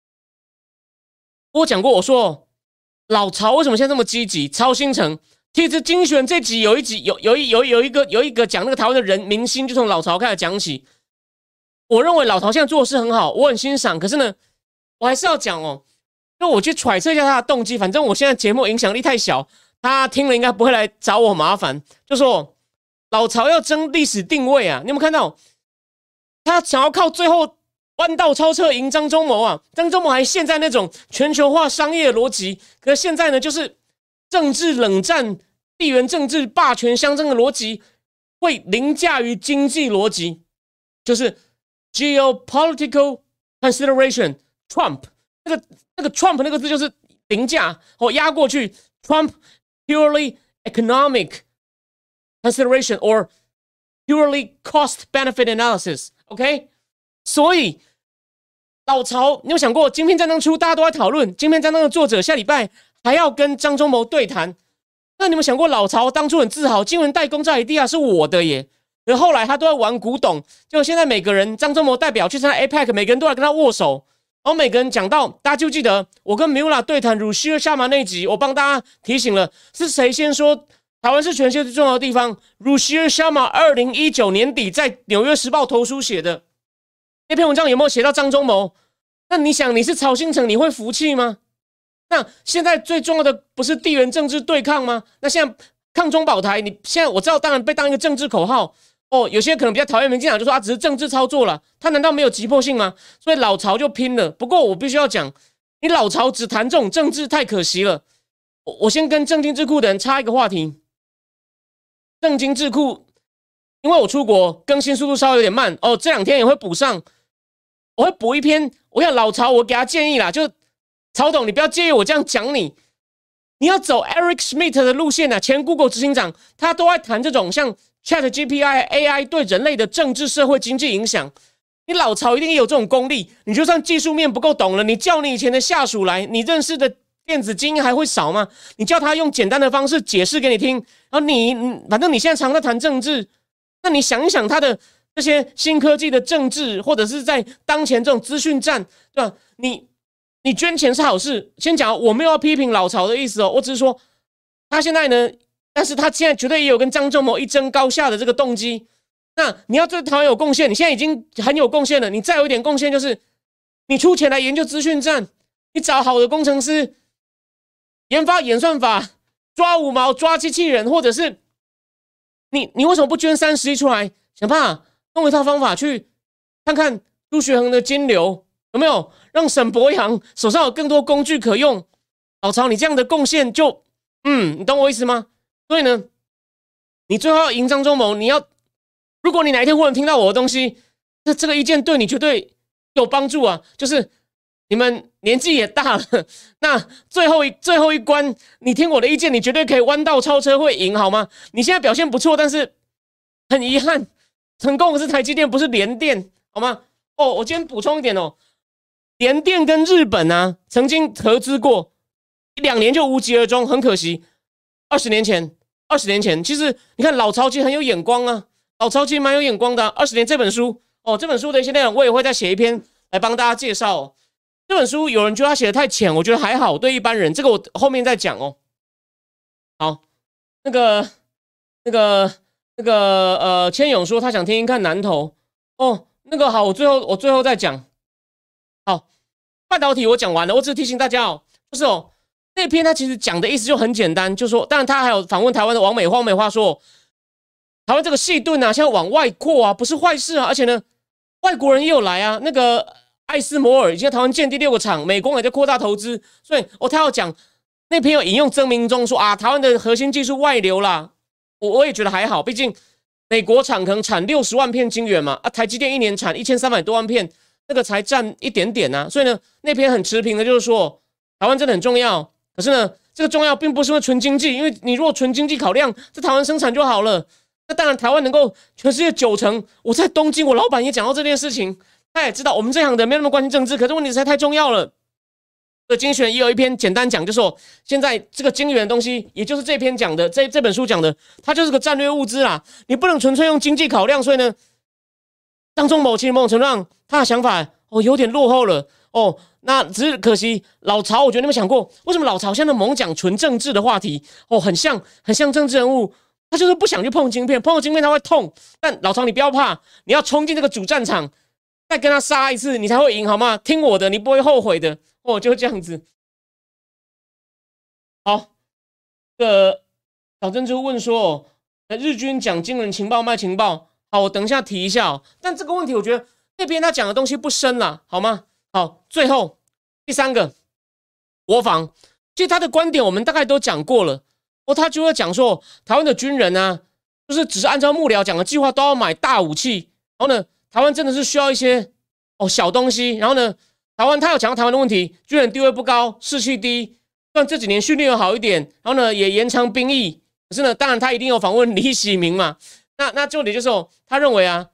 我讲过，我说老曹为什么现在这么积极？曹新成。其实精选这集有一集有有一有有一个有一个讲那个台湾的人明星，就从老曹开始讲起。我认为老曹现在做的事很好，我很欣赏。可是呢，我还是要讲哦，因为我去揣测一下他的动机。反正我现在节目影响力太小，他听了应该不会来找我麻烦。就说老曹要争历史定位啊，你有没有看到？他想要靠最后弯道超车赢张忠谋啊，张忠谋还陷在那种全球化商业逻辑，可是现在呢，就是政治冷战、地缘政治、霸权相争的逻辑会凌驾于经济逻辑，就是 geopolitical consideration。Trump 那个那个 Trump 那个字就是凌驾哦，压过去。Trump purely economic consideration or purely cost benefit analysis。OK， 所以老曹，你有想过晶片战争出，大家都在讨论晶片战争的作者下礼拜还要跟张忠谋对谈，那你们想过老曹当初很自豪，晶圆代工在一地啊是我的耶，而后来他都在玩古董，就现在每个人张忠谋代表去参加 A P E C， 每个人都来跟他握手，然后每个人讲到，大家就记得我跟 Mula 对谈鲁希尔夏马那集，我帮大家提醒了，是谁先说台湾是全世界最重要的地方？鲁希尔夏马二零一九年底在纽约时报投书写的那篇文章，有没有写到张忠谋？那你想你是曹新成，你会服气吗？那现在最重要的不是地缘政治对抗吗？那现在抗中保台，你现在我知道，当然被当一个政治口号。 哦，有些可能比较讨厌民进党，就说他只是政治操作了，他难道没有急迫性吗？所以老巢就拼了。不过我必须要讲，你老巢只谈这种政治太可惜了。我我先跟正经智库的人插一个话题，正经智库，因为我出国更新速度稍微有点慢哦，这两天也会补上，我会补一篇。我想老巢，我给他建议啦，就曹董，你不要介意我这样讲你。你要走 Eric Schmidt 的路线啊，前 Google 执行长，他都在谈这种像 ChatGPT、A I 对人类的政治、社会、经济影响。你老巢一定有这种功力，你就算技术面不够懂了，你叫你以前的下属来，你认识的电子精英还会少吗？你叫他用简单的方式解释给你听，然后你反正你现在常在谈政治，那你想一想他的这些新科技的政治，或者是在当前这种资讯战，对吧？你。你捐钱是好事，先讲，我没有要批评老巢的意思哦，我只是说他现在呢，但是他现在绝对也有跟张忠谋一争高下的这个动机。那你要对台湾有贡献，你现在已经很有贡献了，你再有一点贡献就是你出钱来研究资讯战，你找好的工程师，研发演算法，抓五毛，抓机器人，或者是你你为什么不捐三十亿出来，想办法弄一套方法去看看朱学恒的金流有没有？让沈伯洋手上有更多工具可用，老巢，你这样的贡献就，嗯，你懂我意思吗？所以呢，你最后要赢张忠谋，你要，如果你哪一天忽然听到我的东西，那这个意见对你绝对有帮助啊。就是你们年纪也大了，那最后一最后一关，你听我的意见，你绝对可以弯道超车会赢，好吗？你现在表现不错，但是很遗憾，成功的是台积电，不是联电，好吗？哦，我今天补充一点哦。联电跟日本啊，曾经合资过，两年就无疾而终，很可惜。二十年前，二十年前，其实你看老巢其实很有眼光啊，老巢其实蛮有眼光的、啊。二十年这本书哦，这本书的一些内容我也会再写一篇来帮大家介绍、哦。这本书有人觉得他写的太浅，我觉得还好，对一般人，这个我后面再讲哦。好，那个那个那个呃，千勇说他想听听看南投哦，那个好，我最后我最后再讲。好，半导体我讲完了，我只是提醒大家哦，就是哦，那篇他其实讲的意思就很简单，就是说，当然他还有访问台湾的王美花，王美花说，台湾这个细盾啊，现在往外扩啊，不是坏事啊，而且呢，外国人也有来啊，那个艾斯摩尔已经在台湾建第六个厂，美国也在扩大投资，所以哦，他要讲那篇有引用曾明忠说啊，台湾的核心技术外流啦，我我也觉得还好，毕竟美国厂可能产六十万片晶圆嘛，啊，台积电一年产一千三百多万片。这个才占一点点啊，所以呢，那篇很持平的，就是说台湾真的很重要。可是呢，这个重要并不是因为纯经济，因为你如果纯经济考量，在台湾生产就好了。那当然，台湾能够全世界九成。我在东京，我老板也讲到这件事情，他也知道我们这行的没那么关心政治，可是问题实在太重要了。这精选也有一篇简单讲，就说现在这个晶圆的东西，也就是这篇讲的，这这本书讲的，它就是个战略物资啦，你不能纯粹用经济考量，所以呢。张忠谋其实某种程度上，他的想法哦有点落后了哦。那只是可惜，老巢，我觉得你们想过，为什么老巢现在猛讲纯政治的话题哦，很像很像政治人物，他就是不想去碰晶片，碰到晶片他会痛。但老巢你不要怕，你要冲进这个主战场，再跟他杀一次，你才会赢，好吗？听我的，你不会后悔的哦，就这样子。好，这个小珍珠问说，日军讲惊人情报卖情报。好，我等一下提一下哦。但这个问题，我觉得那边他讲的东西不深啦，好吗？好，最后第三个国防，其实他的观点我们大概都讲过了。哦，他就会讲说，台湾的军人啊，就是只是按照幕僚讲的计划都要买大武器，然后呢，台湾真的是需要一些哦小东西。然后呢，台湾他有讲到台湾的问题，军人地位不高，士气低，虽然这几年训练又好一点，然后呢也延长兵役，可是呢，当然他一定有访问李喜明嘛。那那重点就是哦，他认为啊，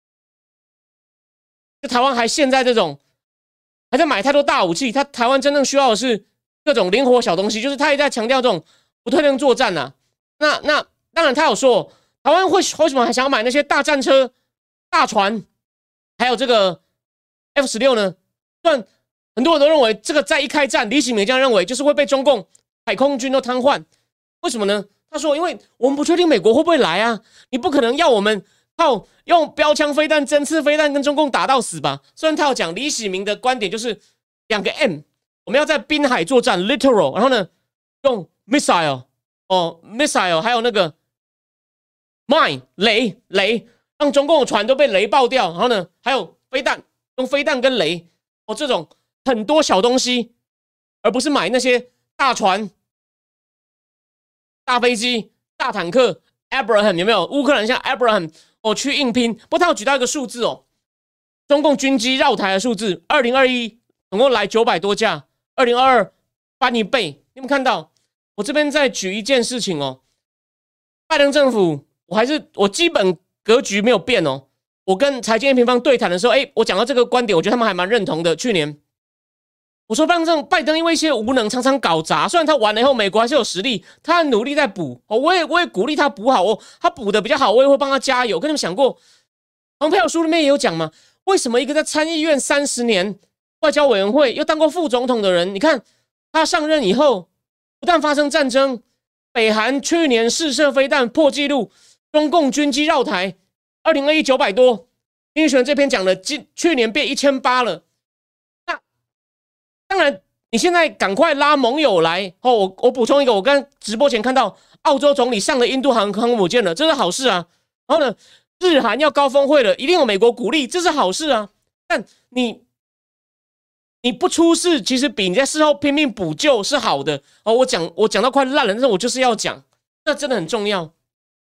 就台湾还陷在这种还在买太多大武器，他台湾真正需要的是各种灵活小东西，就是他也在强调这种不退令作战啊。那那当然他有说，台湾会为什么还想要买那些大战车、大船，还有这个 F 十六 呢？虽然很多人都认为这个在一开战，李喜明这样认为，就是会被中共海空军都瘫痪。为什么呢？他说：“因为我们不确定美国会不会来啊，你不可能要我们靠用标枪飞弹、针刺飞弹跟中共打到死吧？”虽然他有讲李喜明的观点就是两个 M， 我们要在滨海作战 ，literal， 然后呢用 missile 哦 missile， 还有那个 mine 雷雷， 让中共的船都被雷爆掉，然后呢，还有飞弹，用飞弹跟雷哦这种很多小东西，而不是买那些大船、大飞机、大坦克。Abraham 有没有？乌克兰像 Abraham 哦去硬拼，不过他有举到一个数字哦，中共军机绕台的数字，二零二一总共来九百多架，二零二二翻一倍。你们看到？我这边再举一件事情哦，拜登政府，我还是我基本格局没有变哦。我跟财经平方对谈的时候，哎，我讲到这个观点，我觉得他们还蛮认同的。去年我说，拜登拜登因为一些无能，常常搞砸。虽然他完了以后，美国还是有实力，他很努力在补。哦，我也我也鼓励他补好哦，他补的比较好，我也会帮他加油。跟你们讲过，蓬佩奥书里面也有讲嘛，为什么一个在参议院三十年、外交委员会又当过副总统的人，你看他上任以后，不但发生战争，北韩去年试射飞弹破纪录，中共军机绕台，二零二一九百多。经济学人这篇讲的，去年变一千八了。当然，你现在赶快拉盟友来哦！我我补充一个，我刚直播前看到澳洲总理上了印度航空母舰了，这是好事啊。然后呢，日韩要高峰会了，一定有美国鼓励，这是好事啊。但你你不出事，其实比你在事后拼命补救是好的哦。我讲我讲到快烂了，但是我就是要讲，那真的很重要。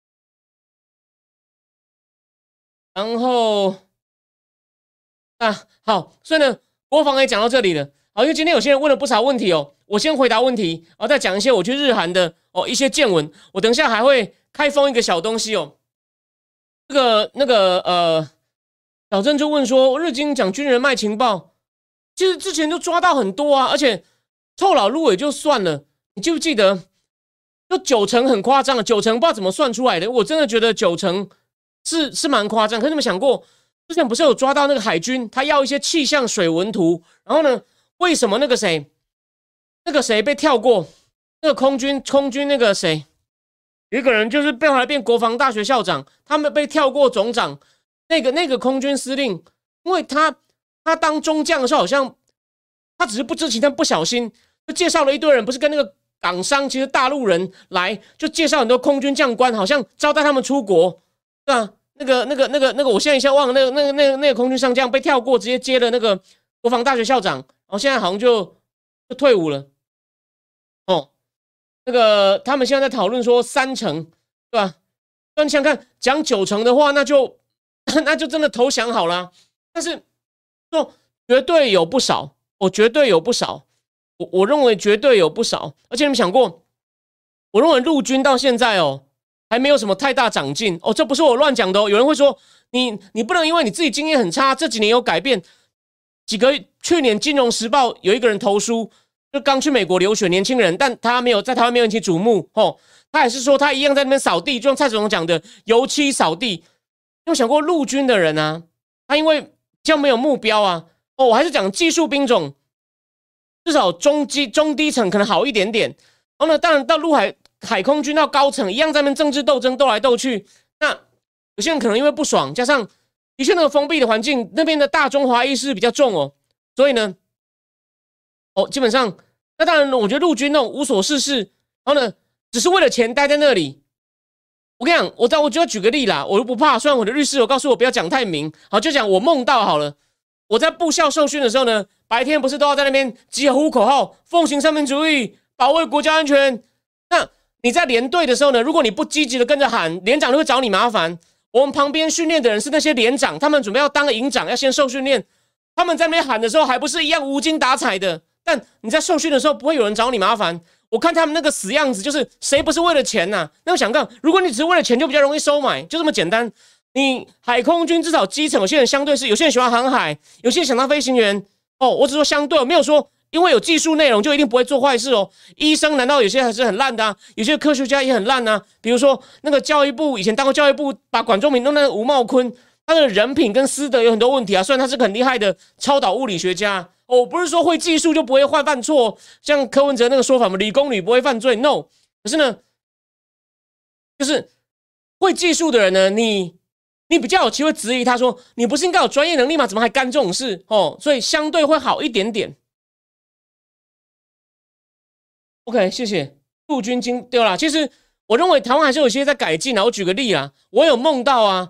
然后啊，好，所以呢，国防也讲到这里了。好，因为今天有些人问了不少问题哦，我先回答问题，然后再讲一些我去日韩的哦一些见闻。我等一下还会开封一个小东西哦。这个那个呃，小郑就问说，日经讲军人卖情报，其实之前就抓到很多啊，而且臭老路也就算了，你记不记得？就九成很夸张了，九成不知道怎么算出来的，我真的觉得九成是是蛮夸张。可是你们想过，之前不是有抓到那个海军，他要一些气象水文图，然后呢？为什么那个谁，那个谁被跳过？那个空军空军那个谁，有一个人就是被后来变国防大学校长，他们被跳过总长。那个那个空军司令，因为他他当中将的时候，好像他只是不知情，但不小心就介绍了一堆人，不是跟那个港商，其实大陆人来，就介绍很多空军将官，好像招待他们出国，对吧？那个那个那个那个，我现在一下忘了，那个那个那个那个空军上将被跳过，直接接了那个国防大学校长。然后现在好像就就退伍了，哦，那个他们现在在讨论说三成，对吧？那你想看讲九成的话，那就那就真的投降好了。但是说绝对有不少，我、哦、绝对有不少，我我认为绝对有不少。而且你们想过，我认为陆军到现在哦还没有什么太大长进哦，这不是我乱讲的哦。有人会说你你不能因为你自己经验很差，这几年有改变。几个去年《金融时报》有一个人投书，就刚去美国留学年轻人，但他没有在台湾没有引起瞩目。哦，他也是说他一样在那边扫地，就像蔡总统讲的油漆扫地。有想过陆军的人啊，他因为比较没有目标啊。哦，我还是讲技术兵种，至少中基中低层可能好一点点。然后呢，当然到陆海海空军到高层一样在那边政治斗争斗来斗去。那有些人可能因为不爽，加上。的确，那个封闭的环境，那边的大中华意识比较重哦，所以呢，哦，基本上，那当然，我觉得陆军那种无所事事，然后呢，只是为了钱待在那里。我跟你讲，我在我就要举个例啦，我都不怕。虽然我的律师有告诉我不要讲太明，好，就讲我梦到好了。我在部校受训的时候呢，白天不是都要在那边集合呼口号，奉行三民主义，保卫国家安全。那你在连队的时候呢，如果你不积极的跟着喊，连长就会找你麻烦。我们旁边训练的人是那些连长，他们准备要当个营长，要先受训练。他们在那边喊的时候，还不是一样无精打采的。但你在受训的时候，不会有人找你麻烦。我看他们那个死样子，就是谁不是为了钱呐、啊？那我想看，如果你只是为了钱，就比较容易收买，就这么简单。你海空军至少基层，有些人相对是，有些人喜欢航海，有些人想当飞行员。哦，我只说相对，我没有说因为有技术内容就一定不会做坏事哦。医生难道有些还是很烂的啊？有些科学家也很烂啊。比如说那个教育部以前当过教育部，把管中闵弄那个吴茂坤，他的人品跟师德有很多问题啊。虽然他是个很厉害的超导物理学家哦，不是说会技术就不会犯犯错，像柯文哲那个说法嘛，理工女不会犯罪 ，no。可是呢，就是会技术的人呢，你你比较有机会质疑他说，你不是应该有专业能力吗？怎么还干这种事哦？所以相对会好一点点。OK， 谢谢。陆军经对啦，其实我认为台湾还是有些在改进啊。我举个例啦，我有梦到啊，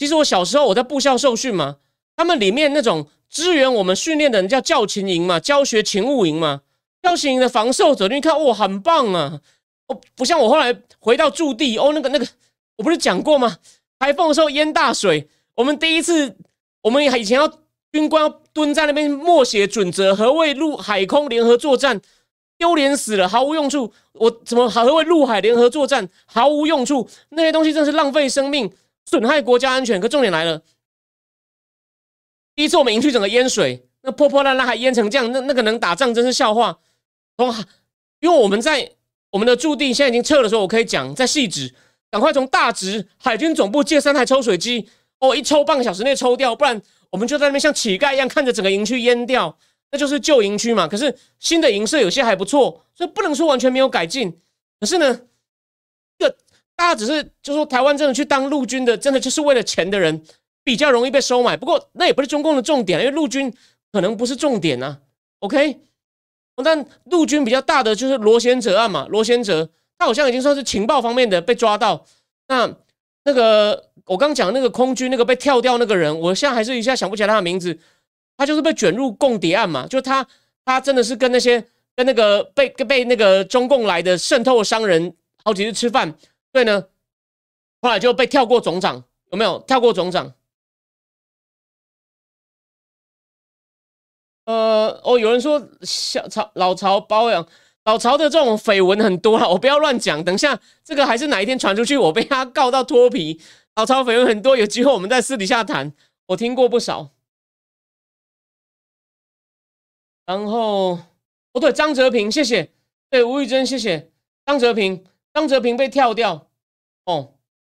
其实我小时候我在部校受训嘛，他们里面那种支援我们训练的人叫教勤营嘛，教学勤务营嘛，教勤营的防受走进去看，哇，很棒啊！哦，不像我后来回到驻地，哦，那个那个，我不是讲过吗？台风的时候淹大水，我们第一次，我们以前要军官要蹲在那边默写准则，何谓陆海空联合作战，丢脸死了，毫无用处。我怎么何谓陆海联合作战，毫无用处？那些东西真是浪费生命，损害国家安全。可重点来了，第一次我们营区整个淹水，那破破烂烂还淹成这样，那那个能打仗真是笑话。因为我们在我们的驻地现在已经撤的时候，我可以讲在汐止，赶快从大直海军总部借三台抽水机，哦，一抽半个小时内抽掉，不然我们就在那边像乞丐一样看着整个营区淹掉，那就是旧营区嘛。可是新的营舍有些还不错，所以不能说完全没有改进。可是呢，这个大家只是就说台湾真的去当陆军的，真的就是为了钱的人比较容易被收买。不过那也不是中共的重点，因为陆军可能不是重点啊。OK。但陆军比较大的就是罗贤哲案嘛，罗贤哲他好像已经算是情报方面的被抓到。那那个我刚讲那个空军那个被跳掉那个人，我现在还是一下想不起来他的名字，他就是被卷入共谍案嘛，就他他真的是跟那些跟那个被被那个中共来的渗透商人好几次吃饭，所以呢，后来就被跳过总长，有没有跳过总长？呃，哦，有人说小曹老曹包养老曹的这种绯闻很多了，我不要乱讲。等一下这个还是哪一天传出去，我被他告到脱皮。老曹绯闻很多，有机会我们在私底下谈。我听过不少。然后，哦对，张哲平，谢谢。对，吴玉珍，谢谢。张哲平，张哲平被跳掉。哦，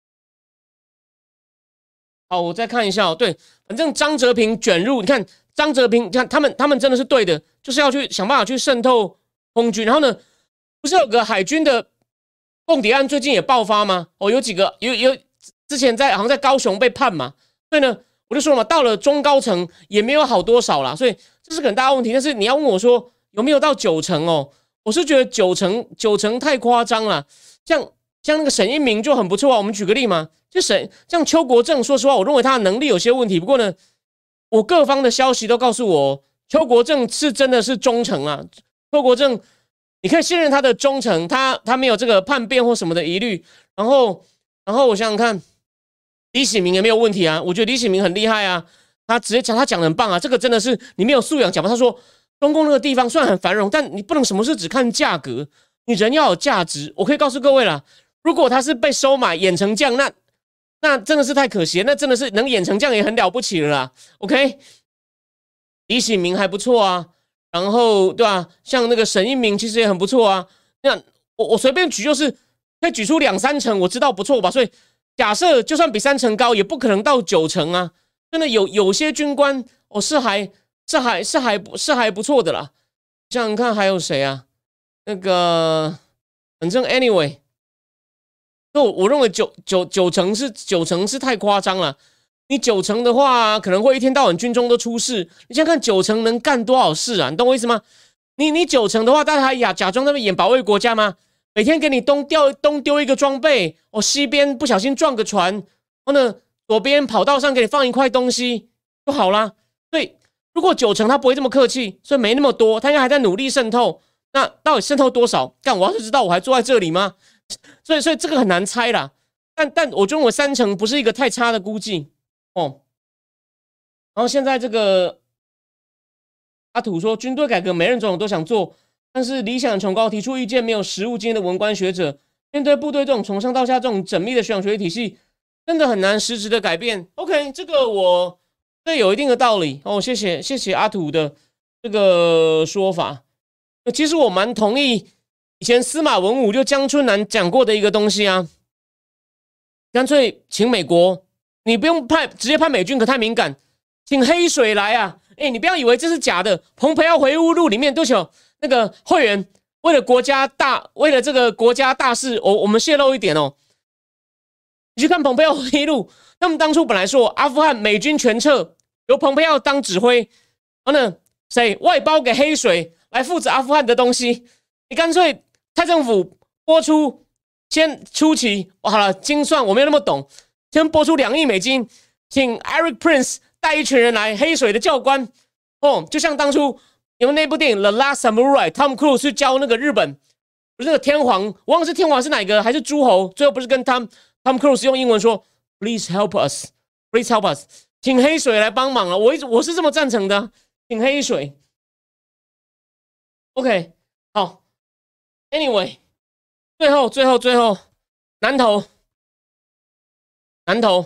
好，我再看一下哦。对，反正张哲平卷入，你看。张哲平，看他们，他们真的是对的，就是要去想办法去渗透空军。然后呢，不是有个海军的共谍案最近也爆发吗？哦，有几个有有之前在好像在高雄被判嘛，所以呢，我就说了嘛，到了中高层也没有好多少啦，所以这是个很大的问题。但是你要问我说有没有到九成哦，我是觉得九成九成太夸张了。像像那个沈一鸣就很不错啊，我们举个例嘛，就沈像邱国正，说实话，我认为他的能力有些问题，不过呢。我各方的消息都告诉我，邱国正是真的是忠诚啊。邱国正，你可以信任他的忠诚，他他没有这个叛变或什么的疑虑。然后，然后我想想看，李喜明也没有问题啊。我觉得李喜明很厉害啊，他直接讲，他讲的很棒啊。这个真的是你没有素养讲吧？他说，中共那个地方虽然很繁荣，但你不能什么事只看价格，你人要有价值。我可以告诉各位啦，如果他是被收买演成这样，那。那真的是太可惜了，那真的是能演成这样也很了不起了啦。OK， 李喜明还不错啊，然后对吧、啊？像那个沈一鸣其实也很不错啊。那我我随便举就是可以举出两三成，我知道不错吧？所以假设就算比三成高，也不可能到九成啊。真的有有些军官哦是还是还是还是还不错的啦。想想看还有谁啊？那个反正 anyway。我我认为九九九成是九成是太夸张了。你九成的话，可能会一天到晚军中都出事。你想看九成能干多少事啊？你懂我意思吗？你你九成的话，大家还假假装在那边演保卫国家吗？每天给你东掉东丢一个装备，哦，西边不小心撞个船，然后呢，左边跑道上给你放一块东西就好啦。所以如果九成他不会这么客气，所以没那么多，他应该还在努力渗透。那到底渗透多少？干，我要是知道，我还坐在这里吗？所以，所以这个很难猜啦。但但我认为三成不是一个太差的估计哦。然后现在这个阿土说，军队改革每任总统都想做，但是理想崇高，提出意见没有实务经验的文官学者，面对部队这种从上到下这种缜密的学长学历体系，真的很难实质的改变。OK， 这个我这有一定的道理哦。谢谢谢谢阿土的这个说法。其实我蛮同意。以前司马文武就江春南讲过的一个东西啊，干脆请美国，你不用派直接派美军，可太敏感，请黑水来啊！哎，你不要以为这是假的，蓬佩奥回忆录里面都有那个会员为了国家大，为了这个国家大事，我我们泄露一点哦，你去看蓬佩奥回忆录，他们当初本来说阿富汗美军全撤，由蓬佩奥当指挥，然后呢，谁外包给黑水来负责阿富汗的东西，你干脆。蔡政府播出，先初期好了，精算我没有那么懂，先播出两亿美金， 请 Eric Prince 带一群人来黑水的教官哦，就像当初你们那部电影《The Last Samurai》，Tom Cruise 去教那个日本不是那个天皇，我忘了是天皇是哪个还是诸侯，最后不是跟 Tom Tom Cruise 用英文说 Please help us, Please help us， 请黑水来帮忙了。我一直我是这么赞成的，请黑水。OK， 好 ，Anyway， 最后最后最后南投南投。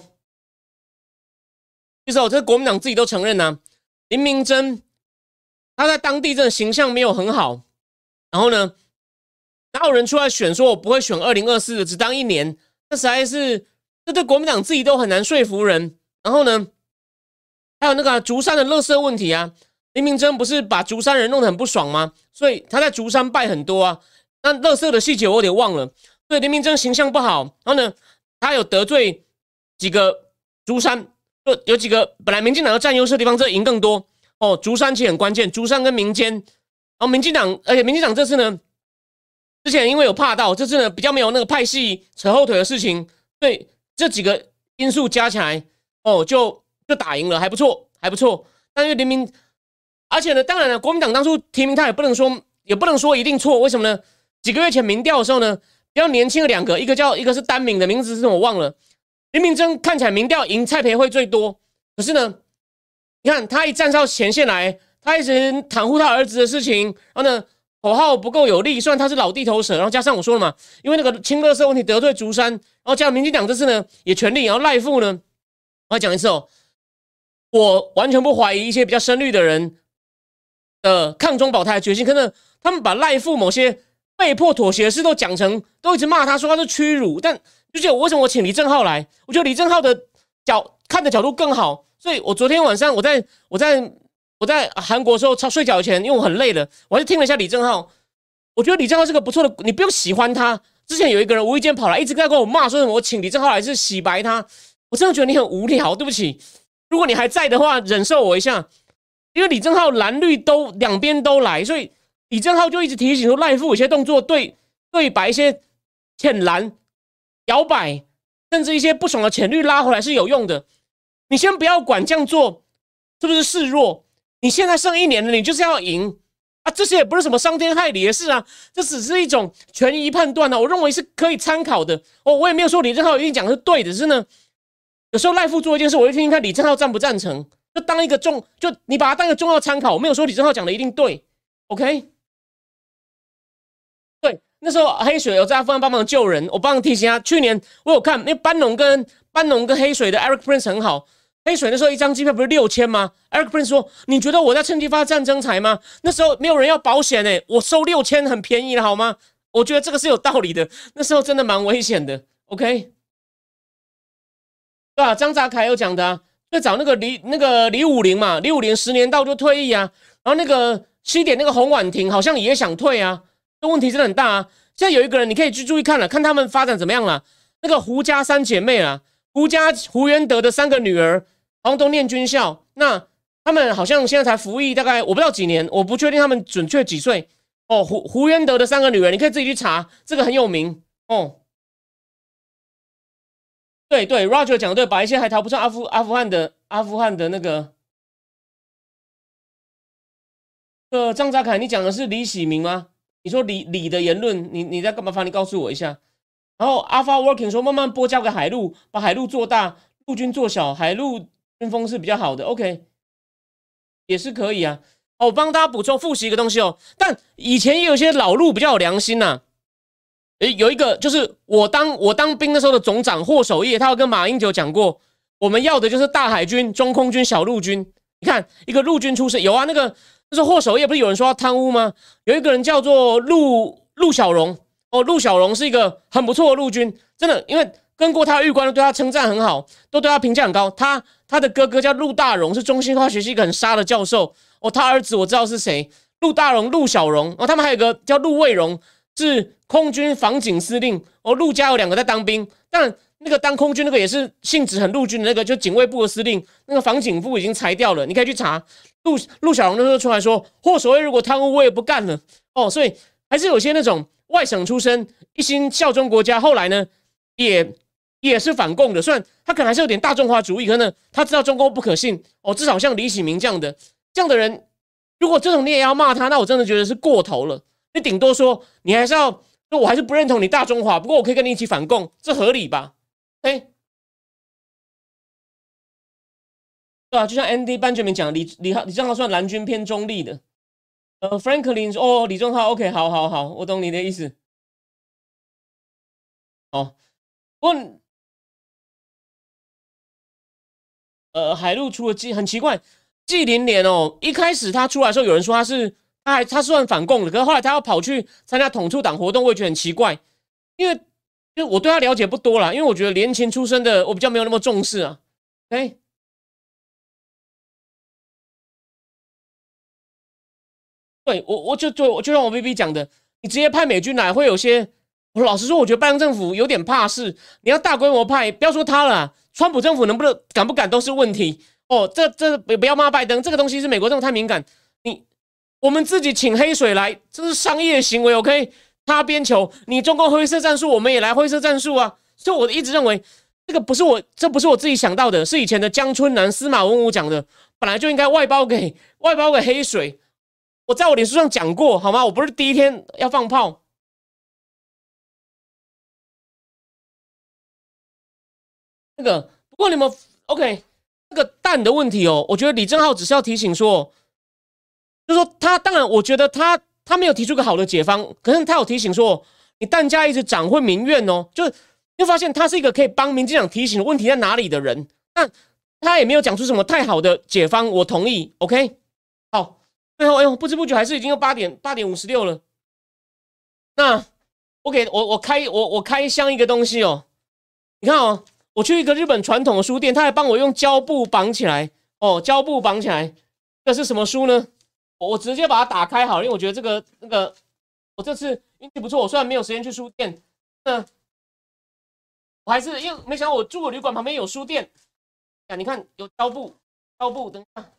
其实哦，这国民党自己都承认啊，林明珍他在当地真的形象没有很好，然后呢，哪有人出来选说我不会选二零二四的，只当一年，那实在是这对国民党自己都很难说服人。然后呢，还有那个、啊、竹山的垃圾问题啊，林明珍不是把竹山人弄得很不爽吗？所以他在竹山败很多啊。那垃圾的细节我有点忘了，所以林明珍形象不好。然后呢，他有得罪几个竹山。就有几个本来民进党要占优势的地方，这赢更多哦。竹山其实很关键，竹山跟民间，然后民进党，而且民进党这次呢，之前因为有怕到，这次呢比较没有那个派系扯后腿的事情，所以这几个因素加起来，哦，就就打赢了，还不错，还不错。但因为林明，而且呢，当然了，国民党当初提名他也不能说，也不能说一定错，为什么呢？几个月前民调的时候呢，比较年轻的两个，一个叫一个是单名的名字是什么我忘了。林明珍看起来民调赢蔡培慧最多，可是呢，你看他一站上前线来，他一直袒护他儿子的事情，然后呢口号不够有力，虽然他是老地头蛇，然后加上我说了嘛，因为那个清垃圾问题得罪竹山，然后加上民进党这次呢也全力，然后赖副呢，我再讲一次哦，我完全不怀疑一些比较深绿的人的抗中保台的决心，可是他们把赖副某些被迫妥协的事都讲成，都一直骂他说他是屈辱，但就觉得为什么我请李正浩来？我觉得李正浩的角看的角度更好，所以我昨天晚上我在我在我在韩国的时候，睡觉前因为我很累了，我还是听了一下李正浩。我觉得李正浩是个不错的，你不用喜欢他。之前有一个人无意间跑来，一直在跟我骂，说什么我请李正浩来是洗白他，我真的觉得你很无聊，对不起。如果你还在的话，忍受我一下，因为李正浩蓝绿都两边都来，所以李正浩就一直提醒说赖副有些动作对对把一些浅蓝。摇摆，甚至一些不爽的浅绿拉回来是有用的。你先不要管这样做是不是示弱，你现在剩一年了，你就是要赢啊！这些也不是什么伤天害理的事啊，这只是一种权宜判断啊，我认为是可以参考的。哦，我也没有说李正浩一定讲的是对的，只是呢，有时候赖副做一件事，我会听听看李正浩赞不赞成，就当一个重，就你把它当一个重要参考。我没有说李正浩讲的一定对 ，OK？ 对。那时候黑水有在阿富汗帮忙救人，我帮忙提醒他。去年我有看，因为班农跟班农跟黑水的 Eric Prince 很好。黑水那时候一张机票不是六千吗 ？Eric Prince 说：“你觉得我在趁机发战争财吗？那时候没有人要保险诶、欸，我收六千很便宜了好吗？”我觉得这个是有道理的。那时候真的蛮危险的 ，OK？ 对啊，张扎凯有讲的啊，最早那个李那个李武林嘛，李武林十年到就退役啊，然后那个西点那个洪婉婷好像也想退啊。这问题真的很大啊！现在有一个人，你可以去注意看了，看他们发展怎么样了。那个胡家三姐妹啦，胡家胡元德的三个女儿，好像都念军校。那他们好像现在才服役大概我不知道几年，我不确定他们准确几岁。哦，胡胡元德的三个女儿，你可以自己去查，这个很有名哦。对对 ，Roger 讲的对，把一些还逃不上阿富阿富汗的阿富汗的那个。呃，张扎凯，你讲的是李喜明吗？你说李李的言论，你你在干嘛？麻烦你告诉我一下。然后 Alpha Working 说慢慢拨交给海陆，把海陆做大，陆军做小，海陆军风是比较好的。OK， 也是可以啊。哦，我帮大家补充复习一个东西哦。但以前也有些老陆比较有良心呐、啊。诶，有一个就是我当我当兵的时候的总长霍守业，他有跟马英九讲过，我们要的就是大海军、中空军、小陆军。你看，一个陆军出身，有啊，那个。那时候霍守业不是有人说他贪污吗？有一个人叫做陆陆小荣哦，陆小荣是一个很不错的陆军，真的，因为跟过他的狱官都对他称赞很好，都对他评价很高。他他的哥哥叫陆大荣，是中兴化学系一个很杀的教授哦。他儿子我知道是谁，陆大荣、陆小荣哦，他们还有一个叫陆卫荣，是空军防警司令哦。陆家有两个在当兵，但那个当空军那个也是性质很陆军的那个，就警卫部的司令，那个防警部已经裁掉了，你可以去查。陆陆小荣那时候出来说，霍守业如果贪污，我也不干了哦。所以还是有些那种外省出身，一心效忠国家，后来呢也也是反共的，虽然他可能还是有点大中华主义，可是呢，他知道中共不可信哦。至少像李喜明这样的这样的人，如果这种你也要骂他，那我真的觉得是过头了。你顶多说你还是要，我还是不认同你大中华，不过我可以跟你一起反共，这合理吧？哎，对啊，就像 Andy Benjamin 讲，李李李正浩算蓝军偏中立的。呃，Franklin 说哦，李正浩 OK， 好好好，我懂你的意思。哦，不过呃，海陆出了季很奇怪，季林连哦，一开始他出来的时候，有人说他是他还他是算反共的，可是后来他要跑去参加统促党活动，我也觉得很奇怪，因为因为我对他了解不多啦，因为我觉得联勤出身的我比较没有那么重视啊。哎，对我我就就就像我 B B 讲的，你直接派美军来，会有些我老实说，我觉得拜登政府有点怕事，你要大规模派，不要说他了啊，川普政府能不能敢不敢都是问题。哦，这这不要骂拜登，这个东西是美国政府太敏感。你我们自己请黑水来，这是商业行为，OK？擦边球，你中共灰色战术，我们也来灰色战术啊。所以我一直认为，这个不是我，这不是我自己想到的，是以前的江春南、司马文武讲的，本来就应该外包给外包给黑水。我在我脸书上讲过，好吗？我不是第一天要放炮。那个，不过你们 OK？那个弹的问题哦，我觉得李正浩只是要提醒说，就是说他当然，我觉得他他没有提出个好的解方，可是他有提醒说，你弹价一直涨会民怨哦，就是会发现他是一个可以帮民进党提醒问题在哪里的人，但他也没有讲出什么太好的解方，我同意 ，OK？ 好，最后哎呦，不知不觉还是已经要八点八点五十六了，那我给我我开我我开箱一个东西哦，你看哦。我去一个日本传统的书店，他还帮我用胶布绑起来哦，胶布绑起来。这是什么书呢？我直接把它打开好了，因为我觉得这个那个我这次运气不错，我虽然没有时间去书店，那我还是因为没想到我住的旅馆旁边有书店啊，你看有胶布，胶布，等一下，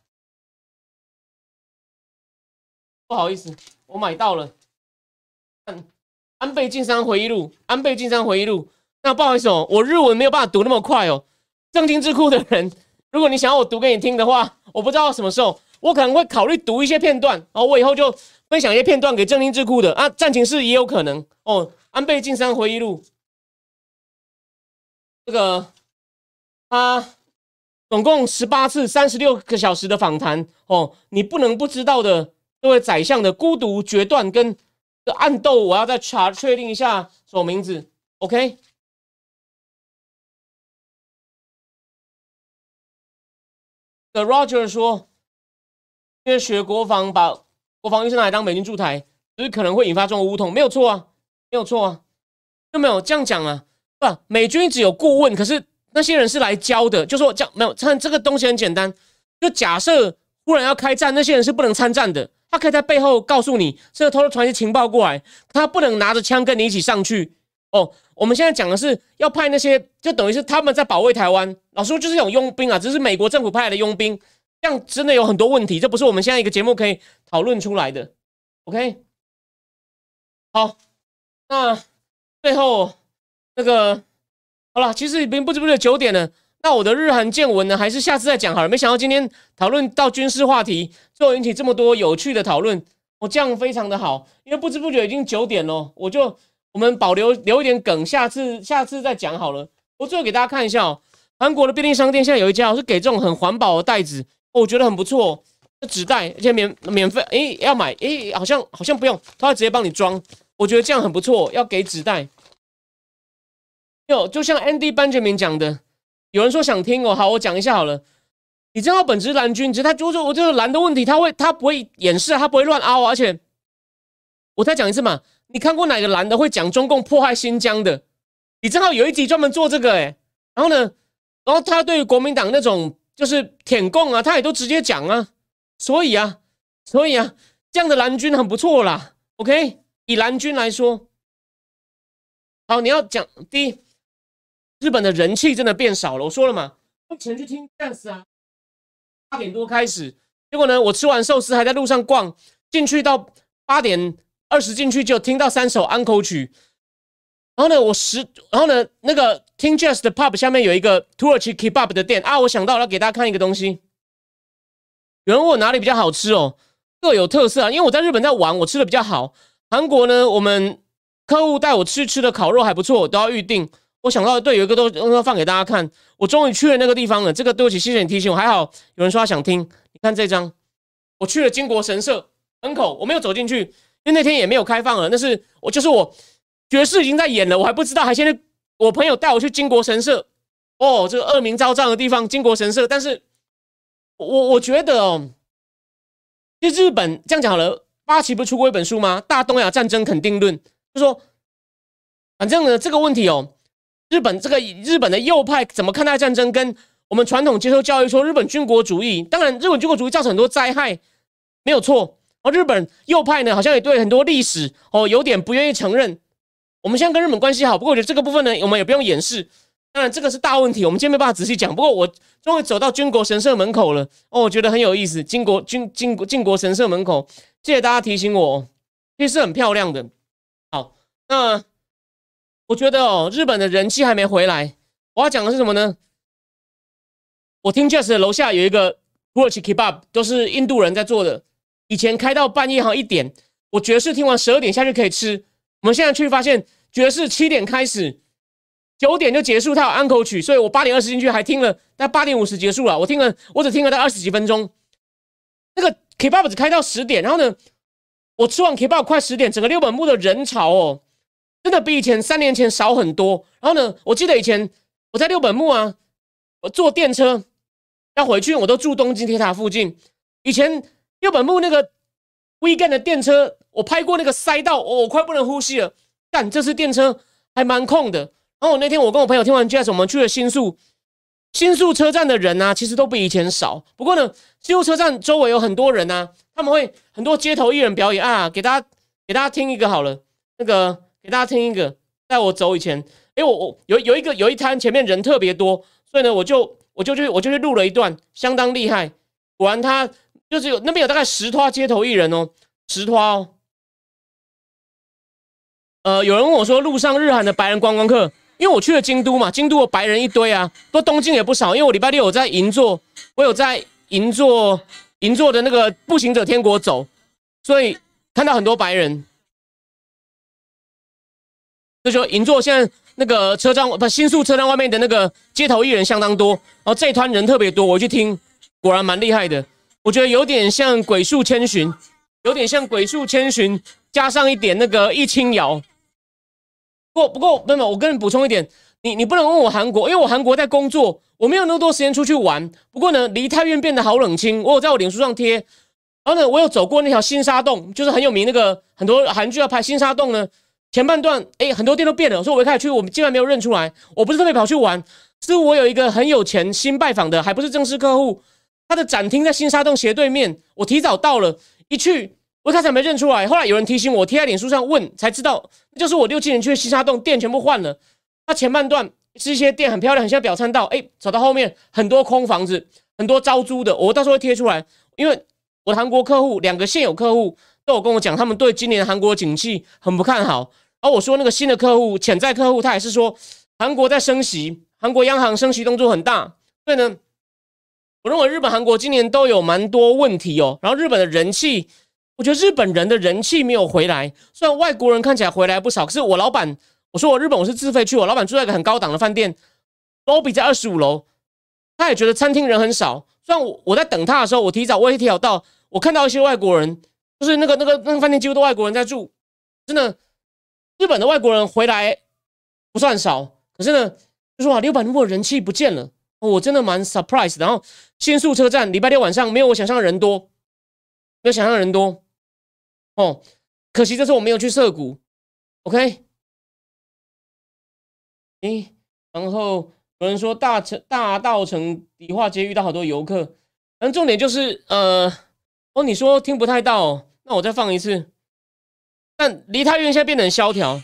不好意思，我买到了，看安倍晋三回忆录，安倍晋三回忆录。那不好意思哦，我日文没有办法读那么快哦。正经智库的人，如果你想要我读给你听的话，我不知道什么时候，我可能会考虑读一些片段，然后我以后就分享一些片段给正经智库的啊。战情室也有可能哦。安倍晋三回忆录，这个他总共十八次三十六个小时的访谈哦，你不能不知道的这位宰相的孤独决断跟暗斗，我要再查确定一下什么名字 ，OK？呃 ，Roger 说，因为学国防把国防医生拿来当美军驻台，只是可能会引发这种乌统，没有错啊，没有错啊，就没有这样讲啊，不，美军只有顾问，可是那些人是来教的，就说这样没有，看这个东西很简单，就假设忽然要开战，那些人是不能参战的，他可以在背后告诉你，这个偷偷传一些情报过来，他不能拿着枪跟你一起上去哦。我们现在讲的是要派那些，就等于是他们在保卫台湾。老实说，就是这种佣兵啊，这是美国政府派来的佣兵，这样真的有很多问题，这不是我们现在一个节目可以讨论出来的。OK， 好，那最后那个好了，其实已经不知不觉九点了。那我的日韩见闻呢，还是下次再讲好了。没想到今天讨论到军事话题，最后引起这么多有趣的讨论，我、哦、这样非常的好，因为不知不觉已经九点了，我就。我们保留留一点梗，下次下次再讲好了。我最后给大家看一下哦，韩国的便利商店现在有一家是给这种很环保的袋子，我觉得很不错，纸袋而且免免费，诶，要买诶，好像好像不用，他会直接帮你装，我觉得这样很不错，要给纸袋。就就像 Andy Benjamin 讲的，有人说想听哦，好，我讲一下好了。李正浩本质蓝军，只是他就说我这个蓝的问题，他会他不会掩饰，他不会乱凹，而且我再讲一次嘛。你看过哪个蓝的会讲中共迫害新疆的？李正浩有一集专门做这个、欸，哎，然后呢，然后他对于国民党那种就是舔共啊，他也都直接讲啊，所以啊，所以啊，这样的蓝军很不错啦。OK， 以蓝军来说，好，你要讲第一，日本的人气真的变少了。我说了嘛，以前去听 dance 啊，八点多开始，结果呢，我吃完寿司还在路上逛，进去到八点。二十进去就听到三首安口曲， 然后呢，我十，然后呢，那个 King Jazz 的 Pub 下面有一个土耳其 Kebab 的店啊，我想到了，要给大家看一个东西。有人问我哪里比较好吃哦，各有特色啊。因为我在日本在玩，我吃的比较好。韩国呢，我们客户带我吃吃的烤肉还不错，都要预定。我想到对，有一个都都放给大家看。我终于去了那个地方了，这个对不起，谢谢你提醒我。还好有人说他想听，你看这张，我去了金国神社门口，我没有走进去，因为那天也没有开放了。那是我就是我爵士已经在演了，我还不知道，还现在我朋友带我去金国神社。哦，这个恶名昭彰的地方，金国神社。但是我我觉得哦，其实日本这样讲好了，八旗不是出过一本书吗？大东亚战争肯定论，就说反正呢这个问题哦。日本这个日本的右派怎么看待战争？跟我们传统接受教育说日本军国主义，当然日本军国主义造成很多灾害，没有错。而日本右派呢，好像也对很多历史哦有点不愿意承认。我们现在跟日本关系好，不过我觉得这个部分呢，我们也不用掩饰。当然这个是大问题，我们今天没办法仔细讲。不过我终于走到军国神社门口了，哦，我觉得很有意思。金国军金国靖国神社门口，谢谢大家提醒我，其实是很漂亮的。好，那。我觉得哦，日本的人气还没回来。我要讲的是什么呢？我听 Jazz 的楼下有一个土耳其 Kebab， 都是印度人在做的。以前开到半夜好像一点，我爵士听完十二点下去可以吃。我们现在去发现爵士七点开始，九点就结束，它有安口曲，所以我八点二十进去还听了，但八点五十结束了。我听了，我只听了大概二十几分钟。那个 Kebab 只开到十点，然后呢，我吃完 Kebab 快十点，整个六本木的人潮哦。真的比以前三年前少很多。然后呢，我记得以前我在六本木啊，我坐电车要回去，我都住东京铁塔附近。以前六本木那个 weekend 的电车，我拍过那个塞道，哦，我快不能呼吸了。但这次电车还蛮空的。然后我那天我跟我朋友听完 Jazz， 我们去了新宿，新宿车站的人啊，其实都比以前少。不过呢，新宿车站周围有很多人啊，他们会很多街头艺人表演啊，给大家给大家听一个好了，那个。给大家听一个，在我走以前，因为我我有有一个有一摊前面人特别多，所以呢，我就我就去我就去录了一段，相当厉害。果然他就是有那边有大概十拖街头艺人哦，十拖哦。呃，有人问我说，路上日韩的白人观光客，因为我去了京都嘛，京都的白人一堆啊，不过东京也不少，因为我礼拜六有在银座，我有在银座银座的那个步行者天国走，所以看到很多白人。这就银座现在那个车站不新宿车站外面的那个街头艺人相当多，然后这一团人特别多，我去听，果然蛮厉害的。我觉得有点像鬼宿千寻，有点像鬼宿千寻，加上一点那个易清瑶。不过不过，没有，我跟你补充一点，你你不能问我韩国，因为我韩国在工作，我没有那么多时间出去玩。不过呢，梨泰院变得好冷清，我有在我脸书上贴。然后呢，我有走过那条新沙洞，就是很有名那个很多韩剧要拍新沙洞呢。前半段，哎，很多店都变了，所以我一开始去，我们竟然没有认出来。我不是特别跑去玩，是我有一个很有钱新拜访的，还不是正式客户，他的展厅在新沙洞斜对面。我提早到了，一去，我一开始还没认出来，后来有人提醒我，贴在脸书上问，才知道，那就是我六七年去的新沙洞，店全部换了。它前半段是一些店很漂亮，很像表参道，哎，走到后面很多空房子，很多招租的，我到时候会贴出来，因为我的韩国客户两个现有客户。都有跟我讲，他们对今年韩国景气很不看好。而我说那个新的客户、潜在客户，他也是说韩国在升息，韩国央行升息动作很大。所以呢，我认为日本、韩国今年都有蛮多问题哦。然后日本的人气，我觉得日本人的人气没有回来。虽然外国人看起来回来不少，可是我老板，我说我日本我是自费去，我老板住在一个很高档的饭店 ，lobby 在二十五楼，他也觉得餐厅人很少。虽然我我在等他的时候，我提早我也提早到，我看到一些外国人。就是那个那个那个饭店几乎都外国人在住，真的，日本的外国人回来不算少，可是呢，就说啊，六本木人气不见了，哦，我真的蛮 surprise。然后新宿车站礼拜六晚上没有我想象的人多，没有想象的人多，哦，可惜这次我没有去涩谷 ，OK， 诶，然后有人说大城大稻城迪化街遇到好多游客，反正重点就是呃，哦，你说听不太到哦。那我再放一次，但梨泰院现在变得很萧条。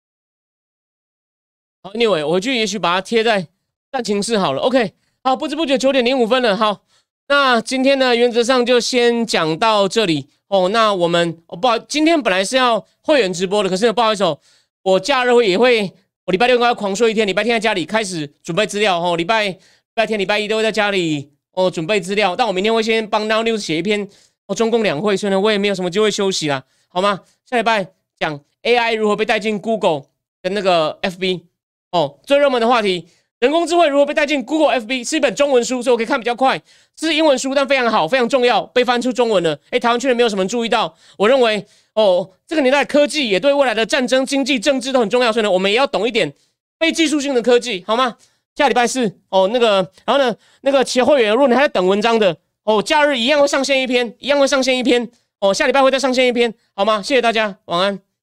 好 ，anyway， 我回去也许把它贴在战情室好了。OK， 好，不知不觉九点零五分了。好，那今天呢，原则上就先讲到这里哦。那我们哦不好，今天本来是要会员直播的，可是呢不好意思哦，我假日会也会我礼拜六应该要狂睡一天，礼拜天在家里开始准备资料哦。礼拜礼拜天、礼拜一都会在家里哦准备资料，但我明天会先帮 Now News 写一篇哦中共两会，所以呢我也没有什么机会休息啦，好吗？下礼拜讲 A I 如何被带进 Google 跟那个 F B 哦，最热门的话题。人工智慧如何被带进 Google F B 是一本中文书，所以我可以看比较快。这是英文书，但非常好，非常重要，被翻出中文了。哎，台湾确实没有什么人注意到。我认为，哦，这个年代的科技也对未来的战争、经济、政治都很重要，所以呢，我们也要懂一点非技术性的科技，好吗？下礼拜四，哦，那个，然后呢，那个企业会员，如果你还在等文章的，哦，假日一样会上线一篇，一样会上线一篇，哦，下礼拜会再上线一篇，好吗？谢谢大家，晚安。